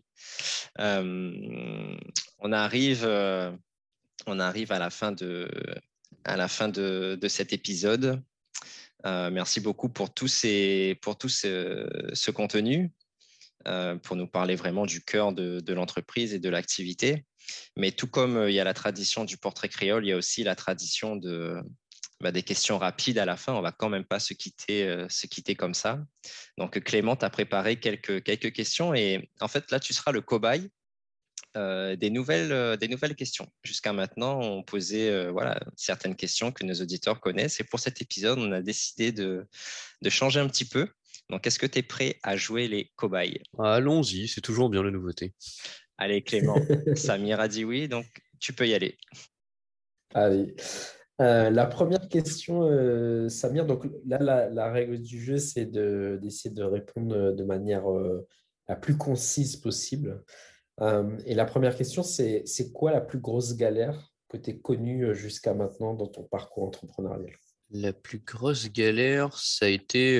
Euh, on arrive, euh, on arrive à la fin de cet épisode. Merci beaucoup pour tout ce contenu, pour nous parler vraiment du cœur de l'entreprise et de l'activité. Mais tout comme il y a la tradition du portrait créole, il y a aussi la tradition des questions rapides à la fin. On ne va quand même pas se quitter comme ça. Donc Clément, tu as préparé quelques questions et en fait là, tu seras le cobaye des nouvelles questions. Jusqu'à maintenant, on posait certaines questions que nos auditeurs connaissent. Et pour cet épisode, on a décidé de changer un petit peu. Donc, est-ce que tu es prêt à jouer les cobayes? Allons-y, c'est toujours bien la nouveauté. Allez, Clément, Samir a dit oui, donc tu peux y aller. Allez. La première question, Samir, donc là, la règle du jeu, c'est d'essayer de répondre de manière la plus concise possible. Et la première question, c'est quoi la plus grosse galère que tu aies connue jusqu'à maintenant dans ton parcours entrepreneurial? La plus grosse galère, ça a été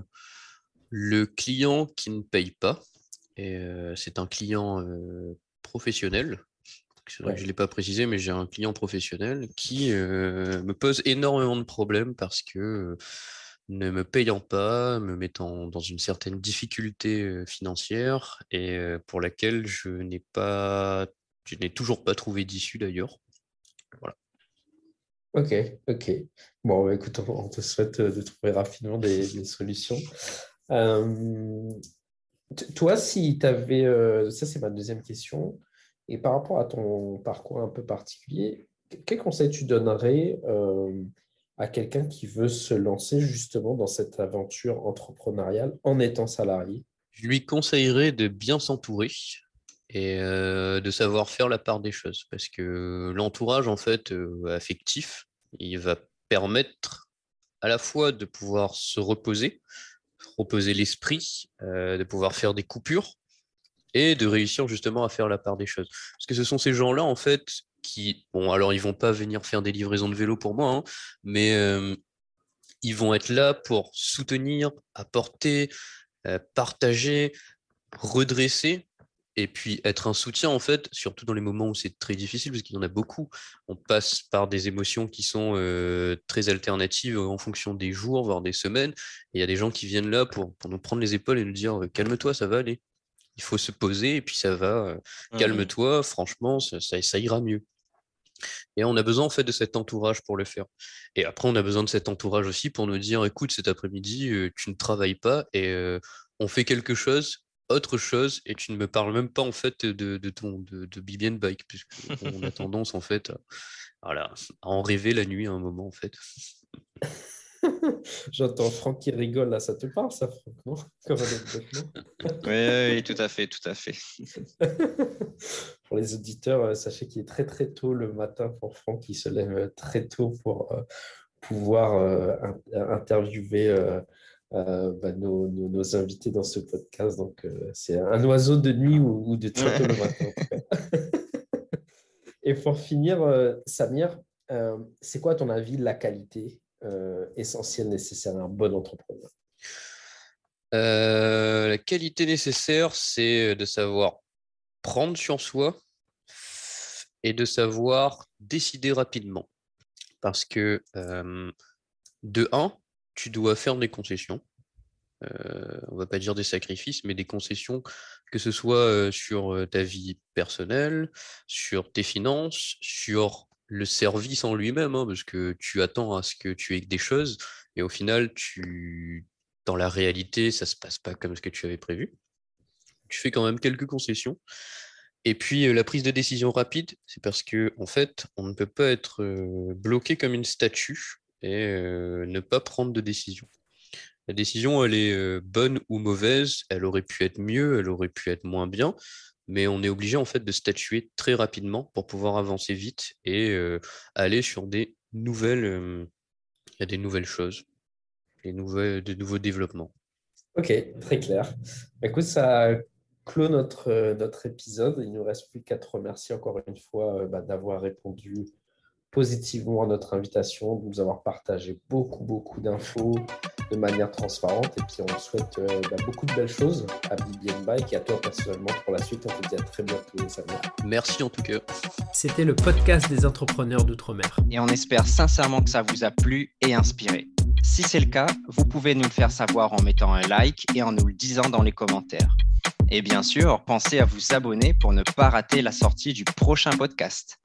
le client qui ne paye pas. Et c'est un client professionnel. C'est vrai que je Ouais. ne l'ai pas précisé, mais j'ai un client professionnel qui me pose énormément de problèmes parce que ne me payant pas, me mettant dans une certaine difficulté financière et pour laquelle je n'ai toujours pas trouvé d'issue d'ailleurs. Voilà. Ok, ok. Bon, bah, écoute, on te souhaite de trouver rapidement des solutions. Euh, Toi, si tu avais, ça c'est ma deuxième question, et par rapport à ton parcours un peu particulier, quel conseil tu donnerais à quelqu'un qui veut se lancer justement dans cette aventure entrepreneuriale en étant salarié? Je lui conseillerais de bien s'entourer et de savoir faire la part des choses parce que l'entourage en fait affectif, il va permettre à la fois de pouvoir se reposer l'esprit, de pouvoir faire des coupures et de réussir justement à faire la part des choses. Parce que ce sont ces gens-là en fait qui, bon alors ils vont pas venir faire des livraisons de vélo pour moi, hein, mais ils vont être là pour soutenir, apporter, partager, redresser et puis être un soutien en fait, surtout dans les moments où c'est très difficile, parce qu'il y en a beaucoup. On passe par des émotions qui sont très alternatives en fonction des jours, voire des semaines. Et il y a des gens qui viennent là pour nous prendre les épaules et nous dire calme-toi, ça va aller. Il faut se poser et puis ça va. Mhm. Calme-toi, franchement, ça ira mieux. Et on a besoin en fait de cet entourage pour le faire. Et après, on a besoin de cet entourage aussi pour nous dire, écoute, cet après-midi, tu ne travailles pas et on fait quelque chose, autre chose, et tu ne me parles même pas en fait de BB Bike, puisque on a tendance en fait voilà, à en rêver la nuit à un moment en fait. J'entends Franck qui rigole là, ça te parle ça, Franck, non? Comme anecdote, non? Oui, oui, tout à fait, tout à fait. Pour les auditeurs, sachez qu'il est très très tôt le matin pour Franck, qui se lève très tôt pouvoir interviewer nos invités dans ce podcast. Donc, c'est un oiseau de nuit ou de très tôt le matin, en tout cas. Et pour finir, Samir, c'est quoi, à ton avis, la qualité essentielle nécessaire à un bon entrepreneur? La qualité nécessaire, c'est de savoir prendre sur soi et de savoir décider rapidement. Parce que, de un, tu dois faire des concessions. On va pas dire des sacrifices, mais des concessions, que ce soit sur ta vie personnelle, sur tes finances, sur le service en lui-même, hein, parce que tu attends à ce que tu aies des choses, et au final, dans la réalité, ça se passe pas comme ce que tu avais prévu. Tu fais quand même quelques concessions. Et puis la prise de décision rapide, c'est parce que en fait, on ne peut pas être bloqué comme une statue et ne pas prendre de décision. La décision, elle est bonne ou mauvaise, elle aurait pu être mieux, elle aurait pu être moins bien, mais on est obligé en fait de statuer très rapidement pour pouvoir avancer vite et aller sur il y a des nouvelles choses, de nouveaux développements. Ok, très clair. Écoute, ça clôt notre épisode. Il ne nous reste plus qu'à te remercier encore une fois d'avoir répondu positivement à notre invitation, de nous avoir partagé beaucoup d'infos de manière transparente. Et puis, on te souhaite beaucoup de belles choses à BBN Bike et à toi personnellement pour la suite. On te dit à très bientôt, Samir. Merci en tout cas. C'était le podcast des entrepreneurs d'outre-mer. Et on espère sincèrement que ça vous a plu et inspiré. Si c'est le cas, vous pouvez nous le faire savoir en mettant un like et en nous le disant dans les commentaires. Et bien sûr, pensez à vous abonner pour ne pas rater la sortie du prochain podcast.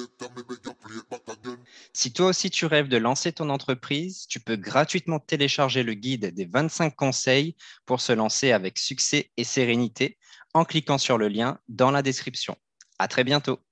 Si toi aussi tu rêves de lancer ton entreprise, tu peux gratuitement télécharger le guide des 25 conseils pour se lancer avec succès et sérénité en cliquant sur le lien dans la description. À très bientôt.